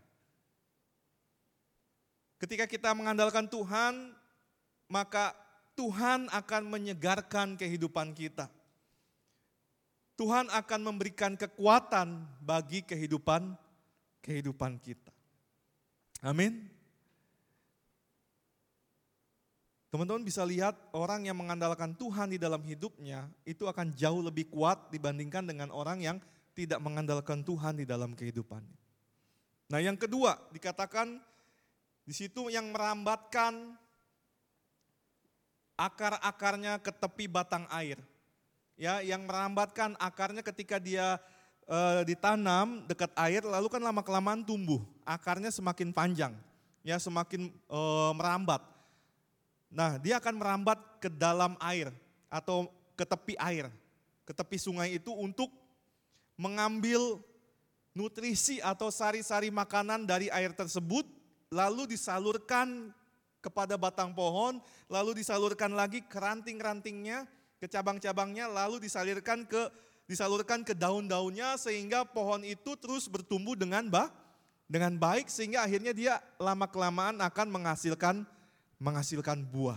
Ketika kita mengandalkan Tuhan, maka Tuhan akan menyegarkan kehidupan kita. Tuhan akan memberikan kekuatan bagi kehidupan kehidupan kita. Amin. Teman-teman bisa lihat orang yang mengandalkan Tuhan di dalam hidupnya itu akan jauh lebih kuat dibandingkan dengan orang yang tidak mengandalkan Tuhan di dalam kehidupannya. Nah, yang kedua dikatakan di situ yang merambatkan akar-akarnya ke tepi batang air. Ya, yang merambatkan akarnya ketika dia e, ditanam dekat air, lalu kan lama-kelamaan tumbuh, akarnya semakin panjang, ya semakin e, merambat. Nah, dia akan merambat ke dalam air atau ke tepi air, ke tepi sungai itu untuk mengambil nutrisi atau sari-sari makanan dari air tersebut, lalu disalurkan kepada batang pohon, lalu disalurkan lagi ke ranting-rantingnya, ke cabang-cabangnya, lalu disalurkan ke disalurkan ke daun-daunnya sehingga pohon itu terus bertumbuh dengan ba, dengan baik sehingga akhirnya dia lama-kelamaan akan menghasilkan menghasilkan buah.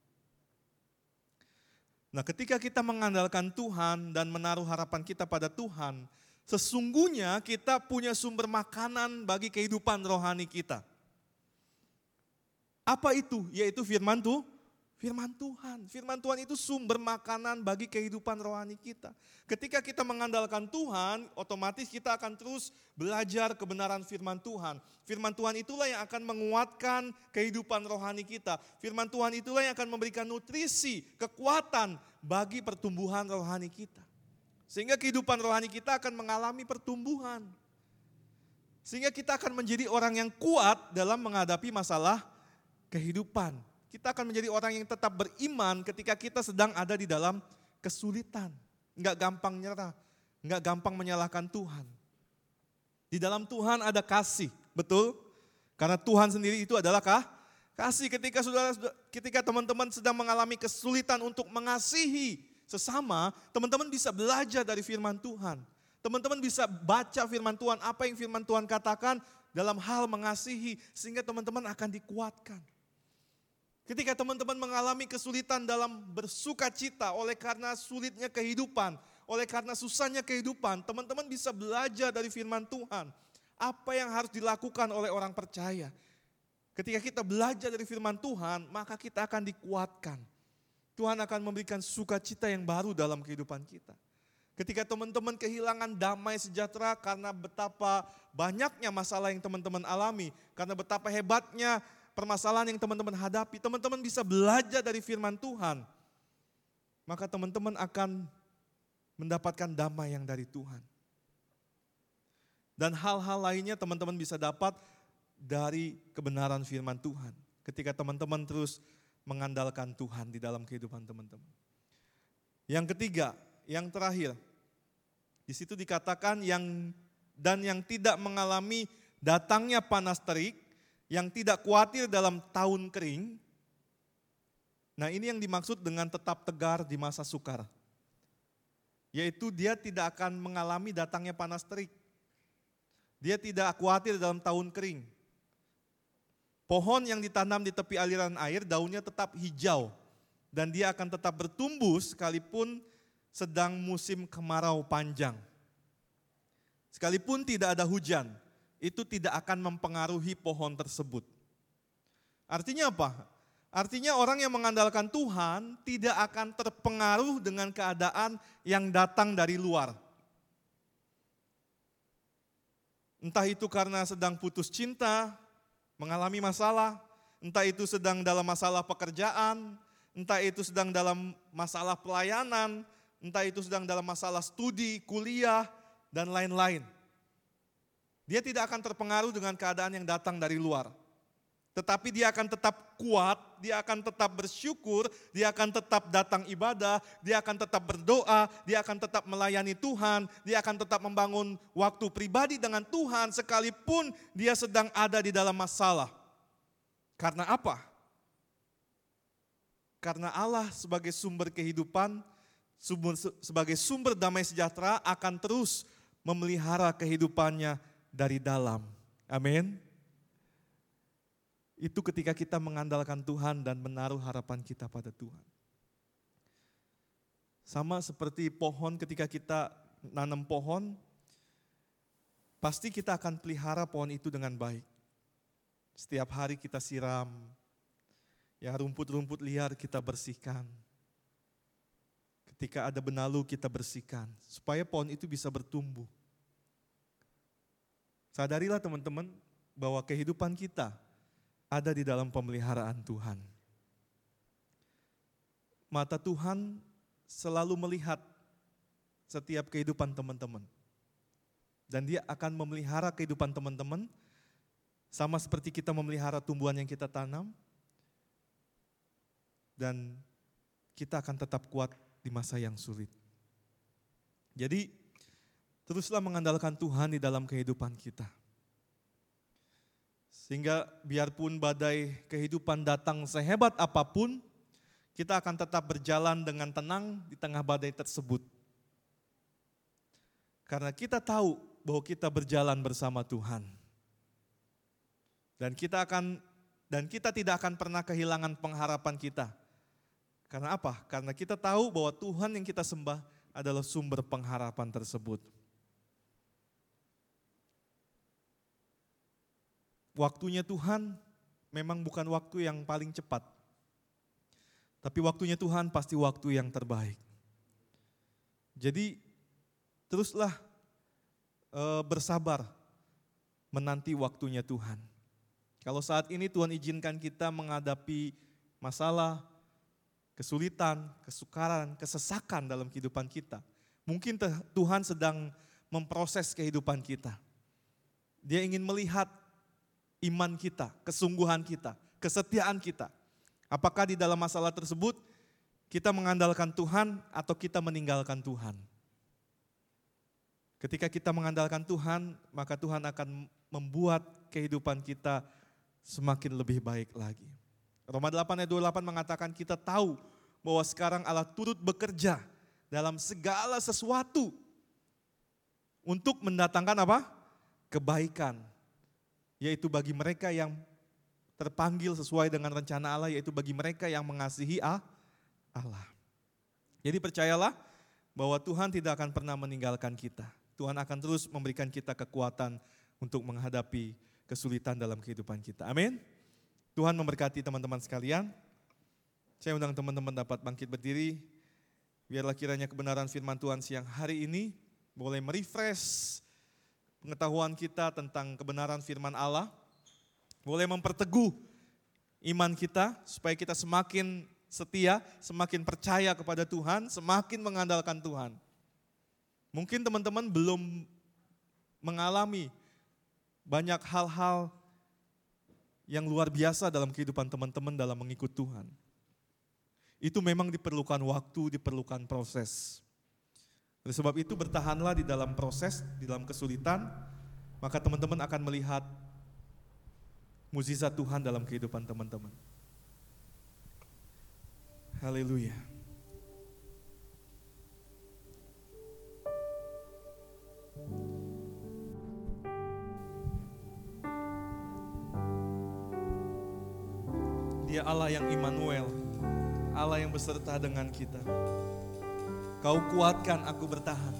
Nah, ketika kita mengandalkan Tuhan dan menaruh harapan kita pada Tuhan, sesungguhnya kita punya sumber makanan bagi kehidupan rohani kita. Apa itu? Yaitu firman tuh, Firman Tuhan. Firman Tuhan itu sumber makanan bagi kehidupan rohani kita. Ketika kita mengandalkan Tuhan, otomatis kita akan terus belajar kebenaran firman Tuhan. Firman Tuhan itulah yang akan menguatkan kehidupan rohani kita. Firman Tuhan itulah yang akan memberikan nutrisi, kekuatan bagi pertumbuhan rohani kita. Sehingga kehidupan rohani kita akan mengalami pertumbuhan. Sehingga kita akan menjadi orang yang kuat dalam menghadapi masalah kehidupan. Kita akan menjadi orang yang tetap beriman ketika kita sedang ada di dalam kesulitan. Enggak gampang nyerah, enggak gampang menyalahkan Tuhan. Di dalam Tuhan ada kasih, betul? Karena Tuhan sendiri itu adalah kah? Kasih. Ketika saudara, ketika teman-teman sedang mengalami kesulitan untuk mengasihi sesama, teman-teman bisa belajar dari firman Tuhan. Teman-teman bisa baca firman Tuhan, apa yang firman Tuhan katakan dalam hal mengasihi, sehingga teman-teman akan dikuatkan. Ketika teman-teman mengalami kesulitan dalam bersuka cita oleh karena sulitnya kehidupan, oleh karena susahnya kehidupan, teman-teman bisa belajar dari firman Tuhan. Apa yang harus dilakukan oleh orang percaya. Ketika kita belajar dari firman Tuhan, maka kita akan dikuatkan. Tuhan akan memberikan sukacita yang baru dalam kehidupan kita. Ketika teman-teman kehilangan damai sejahtera karena betapa banyaknya masalah yang teman-teman alami, karena betapa hebatnya permasalahan yang teman-teman hadapi, teman-teman bisa belajar dari firman Tuhan. Maka teman-teman akan mendapatkan damai yang dari Tuhan. Dan hal-hal lainnya teman-teman bisa dapat dari kebenaran firman Tuhan. Ketika teman-teman terus mengandalkan Tuhan di dalam kehidupan teman-teman. Yang ketiga, yang terakhir. Di situ dikatakan yang dan yang tidak mengalami datangnya panas terik, yang tidak khawatir dalam tahun kering. Nah, ini yang dimaksud dengan tetap tegar di masa sukar. Yaitu dia tidak akan mengalami datangnya panas terik. Dia tidak khawatir dalam tahun kering. Pohon yang ditanam di tepi aliran air, daunnya tetap hijau. Dan dia akan tetap bertumbuh sekalipun sedang musim kemarau panjang. Sekalipun tidak ada hujan, itu tidak akan mempengaruhi pohon tersebut. Artinya apa? Artinya orang yang mengandalkan Tuhan tidak akan terpengaruh dengan keadaan yang datang dari luar. Entah itu karena sedang putus cinta, mengalami masalah, entah itu sedang dalam masalah pekerjaan, entah itu sedang dalam masalah pelayanan, entah itu sedang dalam masalah studi, kuliah, dan lain-lain. Dia tidak akan terpengaruh dengan keadaan yang datang dari luar. Tetapi dia akan tetap kuat, dia akan tetap bersyukur, dia akan tetap datang ibadah, dia akan tetap berdoa, dia akan tetap melayani Tuhan, dia akan tetap membangun waktu pribadi dengan Tuhan sekalipun dia sedang ada di dalam masalah. Karena apa? Karena Allah sebagai sumber kehidupan, sebagai sumber damai sejahtera akan terus memelihara kehidupannya dari dalam. Amin. Itu ketika kita mengandalkan Tuhan dan menaruh harapan kita pada Tuhan. Sama seperti pohon, ketika kita nanam pohon, pasti kita akan pelihara pohon itu dengan baik. Setiap hari kita siram, ya rumput-rumput liar kita bersihkan. Ketika ada benalu kita bersihkan, supaya pohon itu bisa bertumbuh. Sadarilah teman-teman bahwa kehidupan kita ada di dalam pemeliharaan Tuhan. Mata Tuhan selalu melihat setiap kehidupan teman-teman. Dan dia akan memelihara kehidupan teman-teman sama seperti kita memelihara tumbuhan yang kita tanam. Dan kita akan tetap kuat di masa yang sulit. Jadi teruslah mengandalkan Tuhan di dalam kehidupan kita. Sehingga biarpun badai kehidupan datang sehebat apapun, kita akan tetap berjalan dengan tenang di tengah badai tersebut. Karena kita tahu bahwa kita berjalan bersama Tuhan. Dan kita akan dan kita tidak akan pernah kehilangan pengharapan kita. Karena apa? Karena kita tahu bahwa Tuhan yang kita sembah adalah sumber pengharapan tersebut. Waktunya Tuhan memang bukan waktu yang paling cepat. Tapi waktunya Tuhan pasti waktu yang terbaik. Jadi teruslah e, bersabar menanti waktunya Tuhan. Kalau saat ini Tuhan izinkan kita menghadapi masalah, kesulitan, kesukaran, kesesakan dalam kehidupan kita. Mungkin Tuhan sedang memproses kehidupan kita. Dia ingin melihat iman kita, kesungguhan kita, kesetiaan kita. Apakah di dalam masalah tersebut kita mengandalkan Tuhan atau kita meninggalkan Tuhan? Ketika kita mengandalkan Tuhan, maka Tuhan akan membuat kehidupan kita semakin lebih baik lagi. Roma delapan ayat dua puluh delapan mengatakan kita tahu bahwa sekarang Allah turut bekerja dalam segala sesuatu untuk mendatangkan apa? Kebaikan. Yaitu bagi mereka yang terpanggil sesuai dengan rencana Allah, yaitu bagi mereka yang mengasihi Allah. Jadi percayalah bahwa Tuhan tidak akan pernah meninggalkan kita. Tuhan akan terus memberikan kita kekuatan untuk menghadapi kesulitan dalam kehidupan kita. Amin. Tuhan memberkati teman-teman sekalian. Saya undang teman-teman dapat bangkit berdiri. Biarlah kiranya kebenaran firman Tuhan siang hari ini boleh merefresh pengetahuan kita tentang kebenaran firman Allah. Boleh memperteguh iman kita supaya kita semakin setia, semakin percaya kepada Tuhan, semakin mengandalkan Tuhan. Mungkin teman-teman belum mengalami banyak hal-hal yang luar biasa dalam kehidupan teman-teman dalam mengikut Tuhan. Itu memang diperlukan waktu, diperlukan proses. Oleh sebab itu bertahanlah di dalam proses, di dalam kesulitan, maka teman-teman akan melihat mukjizat Tuhan dalam kehidupan teman-teman. Haleluya. Dia Allah yang Immanuel, Allah yang beserta dengan kita. Kau kuatkan aku bertahan.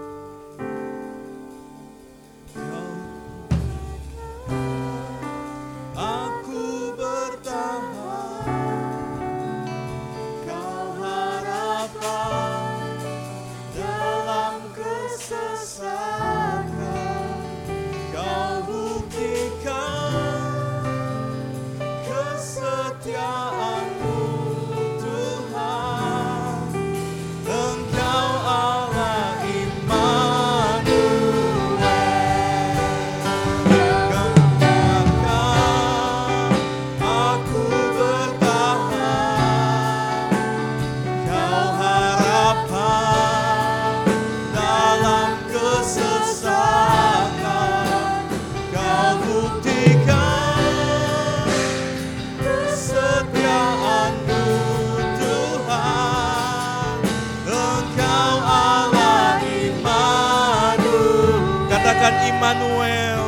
Immanuel,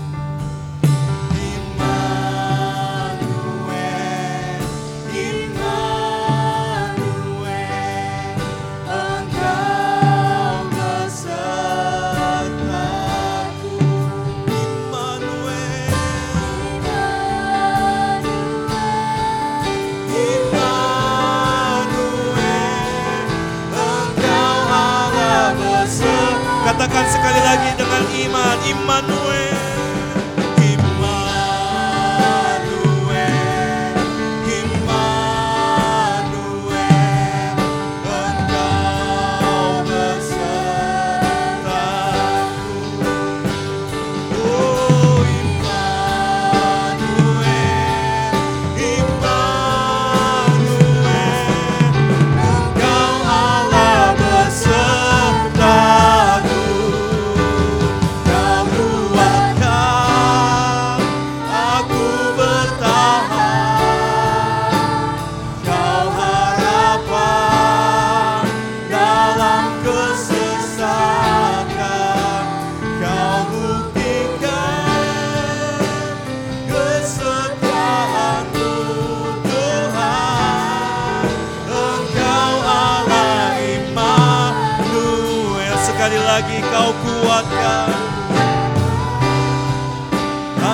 Immanuel, Immanuel, Engkau besertaku. Immanuel, Immanuel, Engkau Allah besertaku. Katakan sekali lagi dengan iman, Immanuel, Immanuel, Immanuel, Engkau besertaku. Oh Immanuel, Immanuel, Engkau Allah besertaku. Sekali lagi kau kuatkan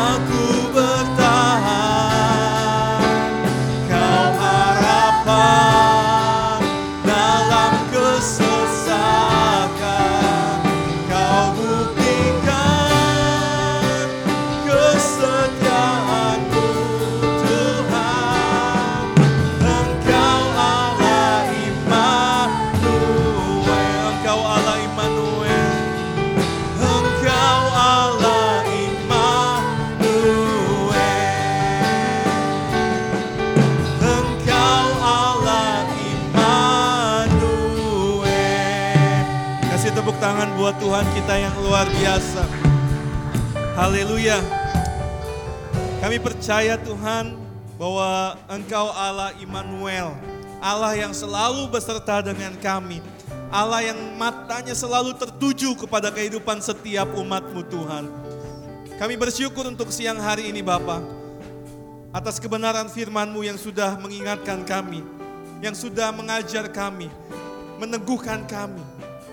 aku bertahan, kau harapan tangan buat Tuhan kita yang luar biasa. Haleluya. Kami percaya Tuhan bahwa Engkau Allah Immanuel, Allah yang selalu beserta dengan kami, Allah yang matanya selalu tertuju kepada kehidupan setiap umat-Mu Tuhan. Kami bersyukur untuk siang hari ini Bapa, atas kebenaran firman-Mu yang sudah mengingatkan kami, yang sudah mengajar kami, meneguhkan kami,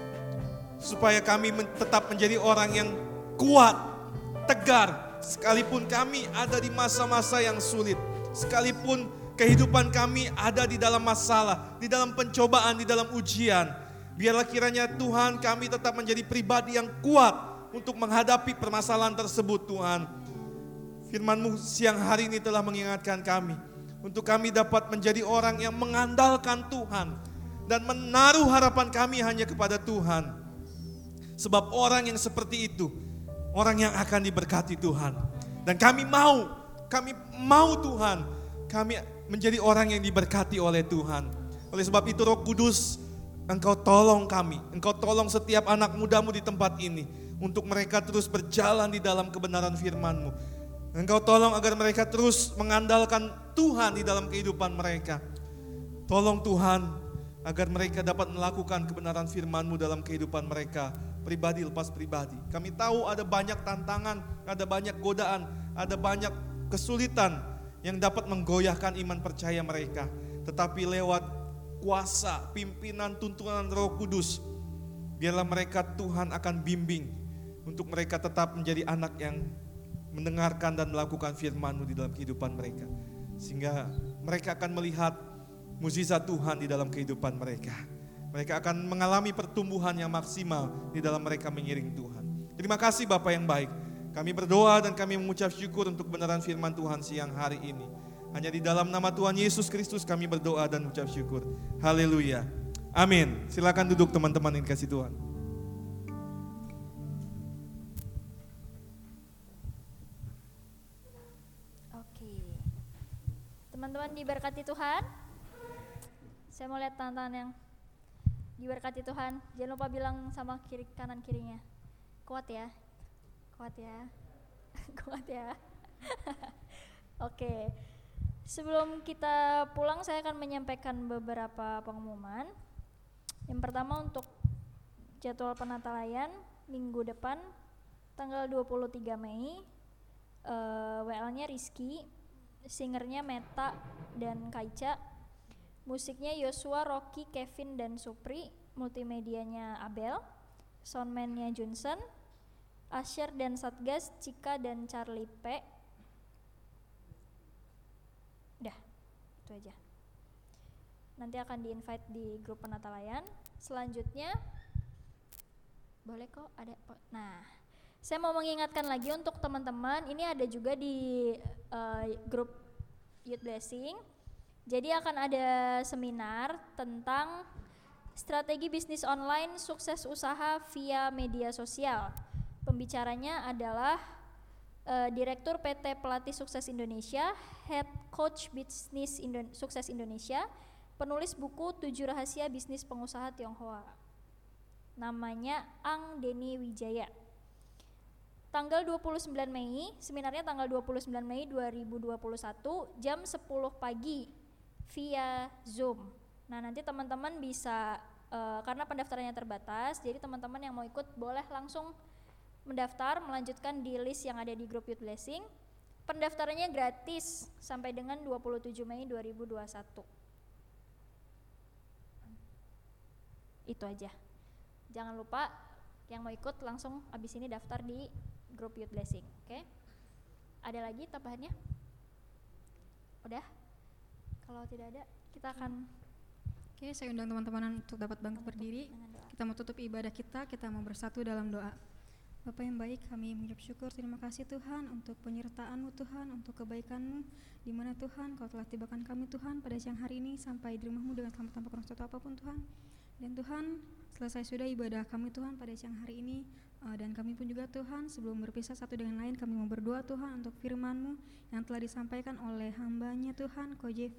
supaya kami tetap menjadi orang yang kuat, tegar, sekalipun kami ada di masa-masa yang sulit, sekalipun kehidupan kami ada di dalam masalah, di dalam pencobaan, di dalam ujian. Biarlah kiranya Tuhan kami tetap menjadi pribadi yang kuat untuk menghadapi permasalahan tersebut Tuhan. Firman-Mu siang hari ini telah mengingatkan kami, untuk kami dapat menjadi orang yang mengandalkan Tuhan, dan menaruh harapan kami hanya kepada Tuhan. Sebab orang yang seperti itu, orang yang akan diberkati Tuhan. Dan kami mau, kami mau Tuhan, kami menjadi orang yang diberkati oleh Tuhan. Oleh sebab itu Roh Kudus, Engkau tolong kami, Engkau tolong setiap anak muda-Mu di tempat ini, untuk mereka terus berjalan di dalam kebenaran firman-Mu. Engkau tolong agar mereka terus mengandalkan Tuhan di dalam kehidupan mereka. Tolong Tuhan, agar mereka dapat melakukan kebenaran firman-Mu dalam kehidupan mereka, pribadi lepas pribadi. Kami tahu ada banyak tantangan, ada banyak godaan, ada banyak kesulitan yang dapat menggoyahkan iman percaya mereka. Tetapi lewat kuasa, pimpinan, tuntunan Roh Kudus, biarlah mereka Tuhan akan bimbing untuk mereka tetap menjadi anak yang mendengarkan dan melakukan firman-Mu di dalam kehidupan mereka. Sehingga mereka akan melihat mukjizat Tuhan di dalam kehidupan mereka. Mereka akan mengalami pertumbuhan yang maksimal di dalam mereka mengiring Tuhan. Terima kasih Bapa yang baik. Kami berdoa dan kami mengucap syukur untuk kebenaran firman Tuhan siang hari ini. Hanya di dalam nama Tuhan Yesus Kristus kami berdoa dan mengucap syukur. Haleluya. Amin. Silakan duduk teman-teman yang kasih Tuhan. Oke. Teman-teman diberkati Tuhan. Saya mau lihat tantangan yang diberkati Tuhan. Jangan lupa bilang sama kiri kanan kirinya, kuat ya, kuat ya, kuat ya. Oke, sebelum kita pulang saya akan menyampaikan beberapa pengumuman. Yang pertama untuk jadwal penatalayan minggu depan tanggal dua puluh tiga Mei, uh, W L-nya Rizky, singernya Meta dan Kaica, musiknya Yosua, Rocky, Kevin, dan Supri, multimedianya Abel, soundman-nya Johnson, Asher dan Satgas, Cika dan Charlie P. Udah, itu aja. Nanti akan di-invite di grup penatalayan. Selanjutnya, boleh kok ada. Nah, saya mau mengingatkan lagi untuk teman-teman, ini ada juga di uh, grup Youth Blessing. Jadi akan ada seminar tentang strategi bisnis online sukses usaha via media sosial. Pembicaranya adalah uh, Direktur P T Pelatih Sukses Indonesia, Head Coach Bisnis Indo- Sukses Indonesia, penulis buku Tujuh Rahasia Bisnis Pengusaha Tionghoa. Namanya Ang Denny Wijaya. Tanggal dua puluh sembilan Mei, seminarnya tanggal dua puluh sembilan Mei dua ribu dua puluh satu jam sepuluh pagi via Zoom. Nah, nanti teman-teman bisa uh, karena pendaftarannya terbatas, jadi teman-teman yang mau ikut boleh langsung mendaftar, melanjutkan di list yang ada di grup Youth Blessing. Pendaftarannya gratis sampai dengan dua puluh tujuh Mei dua ribu dua puluh satu. Itu aja. Jangan lupa yang mau ikut langsung abis ini daftar di grup Youth Blessing, oke? Okay? Ada lagi tambahannya? Udah? Kalau tidak ada, kita akan. Oke, saya undang teman-teman untuk dapat bangkit berdiri. Kita mau tutup ibadah kita, kita mau bersatu dalam doa. Bapa yang baik, kami mengucap syukur, terima kasih Tuhan untuk penyertaan-Mu Tuhan, untuk kebaikan-Mu, di mana Tuhan Kau telah tibakan kami Tuhan pada siang hari ini sampai di rumah-Mu dengan selamat tanpa kurang suatu apapun Tuhan. Dan Tuhan, selesai sudah ibadah kami Tuhan pada siang hari ini, uh, dan kami pun juga Tuhan sebelum berpisah satu dengan lain kami mau berdoa Tuhan untuk firman-Mu yang telah disampaikan oleh hamba-Nya Tuhan, Ko Jeffrey,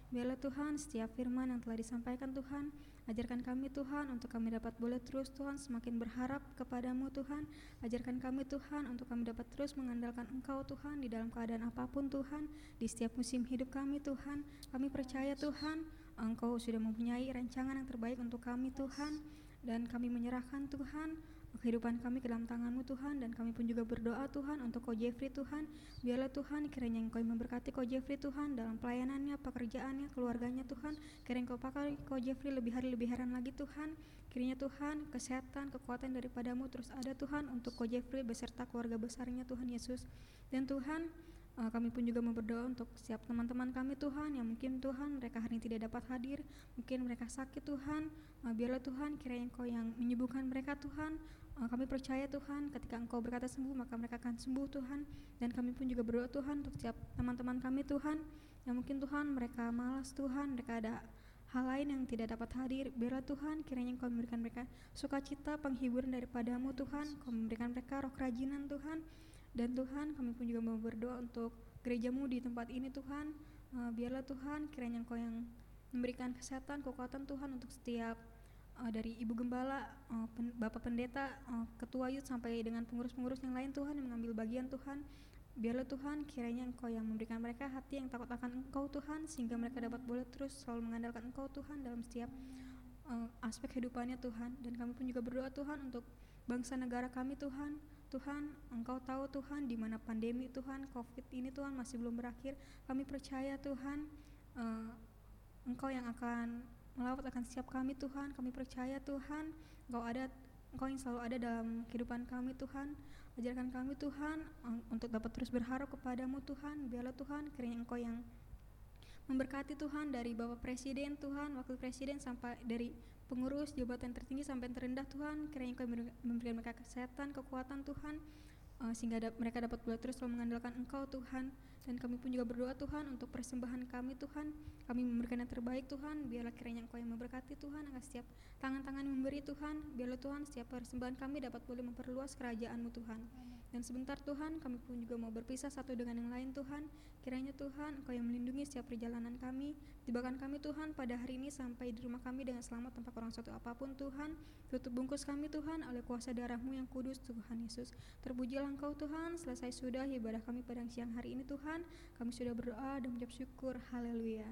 Biarlah Tuhan setiap firman yang telah disampaikan Tuhan, ajarkan kami Tuhan untuk kami dapat boleh terus Tuhan semakin berharap kepadamu Tuhan. Ajarkan kami Tuhan untuk kami dapat terus mengandalkan Engkau Tuhan di dalam keadaan apapun Tuhan, di setiap musim hidup kami Tuhan. Kami percaya Tuhan, Engkau sudah mempunyai rancangan yang terbaik untuk kami Tuhan, dan kami menyerahkan Tuhan kehidupan kami ke dalam tangan-Mu Tuhan, dan kami pun juga berdoa Tuhan untuk Ko Jeffrey Tuhan. Biarlah Tuhan kiranya Engkau memberkati Ko Jeffrey Tuhan dalam pelayanannya, pekerjaannya, keluarganya Tuhan. Kiranya Engkau pakai Ko Jeffrey lebih hari lebih heran lagi Tuhan. Kiranya Tuhan kesehatan, kekuatan daripada-Mu terus ada Tuhan untuk Ko Jeffrey beserta keluarga besarnya Tuhan Yesus. Dan Tuhan, Uh, kami pun juga mau berdoa untuk setiap teman-teman kami Tuhan yang mungkin Tuhan mereka hari ini tidak dapat hadir, mungkin mereka sakit Tuhan. Uh, biarlah Tuhan kiranya Engkau yang menyembuhkan mereka Tuhan. Uh, kami percaya Tuhan ketika Engkau berkata sembuh maka mereka akan sembuh Tuhan. Dan kami pun juga berdoa Tuhan untuk setiap teman-teman kami Tuhan yang mungkin Tuhan mereka malas Tuhan, mereka ada hal lain yang tidak dapat hadir. Biarlah Tuhan kiranya Engkau memberikan mereka sukacita, penghiburan daripada-Mu Tuhan. Engkau memberikan mereka roh kerajinan Tuhan. Dan Tuhan kami pun juga mau berdoa untuk gereja-Mu di tempat ini Tuhan. Uh, biarlah Tuhan kiranya Engkau yang memberikan kesehatan, kekuatan Tuhan untuk setiap uh, dari Ibu Gembala, uh, pen, Bapak Pendeta, uh, Ketua Youth sampai dengan pengurus-pengurus yang lain Tuhan yang mengambil bagian Tuhan. Biarlah Tuhan kiranya Engkau yang memberikan mereka hati yang takut akan Engkau Tuhan, sehingga mereka dapat boleh terus selalu mengandalkan Engkau Tuhan dalam setiap uh, aspek kehidupannya Tuhan. Dan kami pun juga berdoa Tuhan untuk bangsa negara kami Tuhan. Tuhan, Engkau tahu Tuhan di mana pandemi Tuhan, COVID ini Tuhan masih belum berakhir. Kami percaya Tuhan, uh, Engkau yang akan melawat akan setiap kami Tuhan. Kami percaya Tuhan, Engkau ada, Engkau yang selalu ada dalam kehidupan kami Tuhan. Ajarkan kami Tuhan um, untuk dapat terus berharap kepadamu Tuhan. Biarlah Tuhan kiranya Engkau yang memberkati Tuhan dari Bapak Presiden Tuhan, Wakil Presiden sampai dari pengurus jabatan tertinggi sampai terendah Tuhan. Kiranya Engkau memberikan mereka kesehatan, kekuatan Tuhan, uh, sehingga da- mereka dapat boleh terus selalu mengandalkan Engkau Tuhan. Dan kami pun juga berdoa Tuhan untuk persembahan kami Tuhan. Kami memberikan yang terbaik Tuhan. Biarlah kiranya Engkau yang memberkati Tuhan akan setiap tangan-tangan memberi Tuhan. Biarlah Tuhan setiap persembahan kami dapat boleh memperluas kerajaan-Mu Tuhan. Dan sebentar Tuhan kami pun juga mau berpisah satu dengan yang lain Tuhan. Kiranya Tuhan Engkau yang melindungi setiap perjalanan kami. Tibakan kami Tuhan pada hari ini sampai di rumah kami dengan selamat tanpa kurang satu apapun Tuhan. Tutup bungkus kami Tuhan oleh kuasa darah-Mu yang kudus Tuhan Yesus. Terpujilah Engkau Tuhan. Selesai sudah ibadah kami pada siang hari ini Tuhan. Kami sudah berdoa dan mengucap syukur. Haleluya.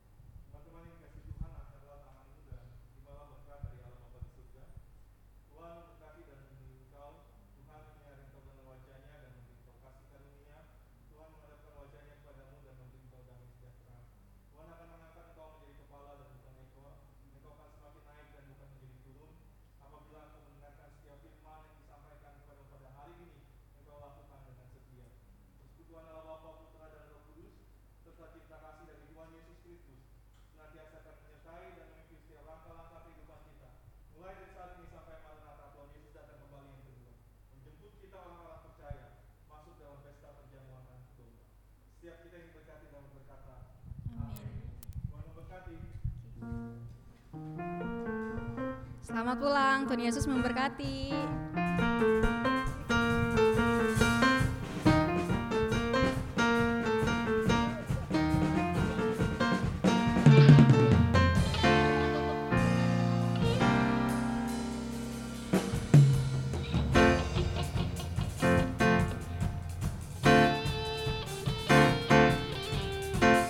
Selamat pulang, Tuhan Yesus memberkati.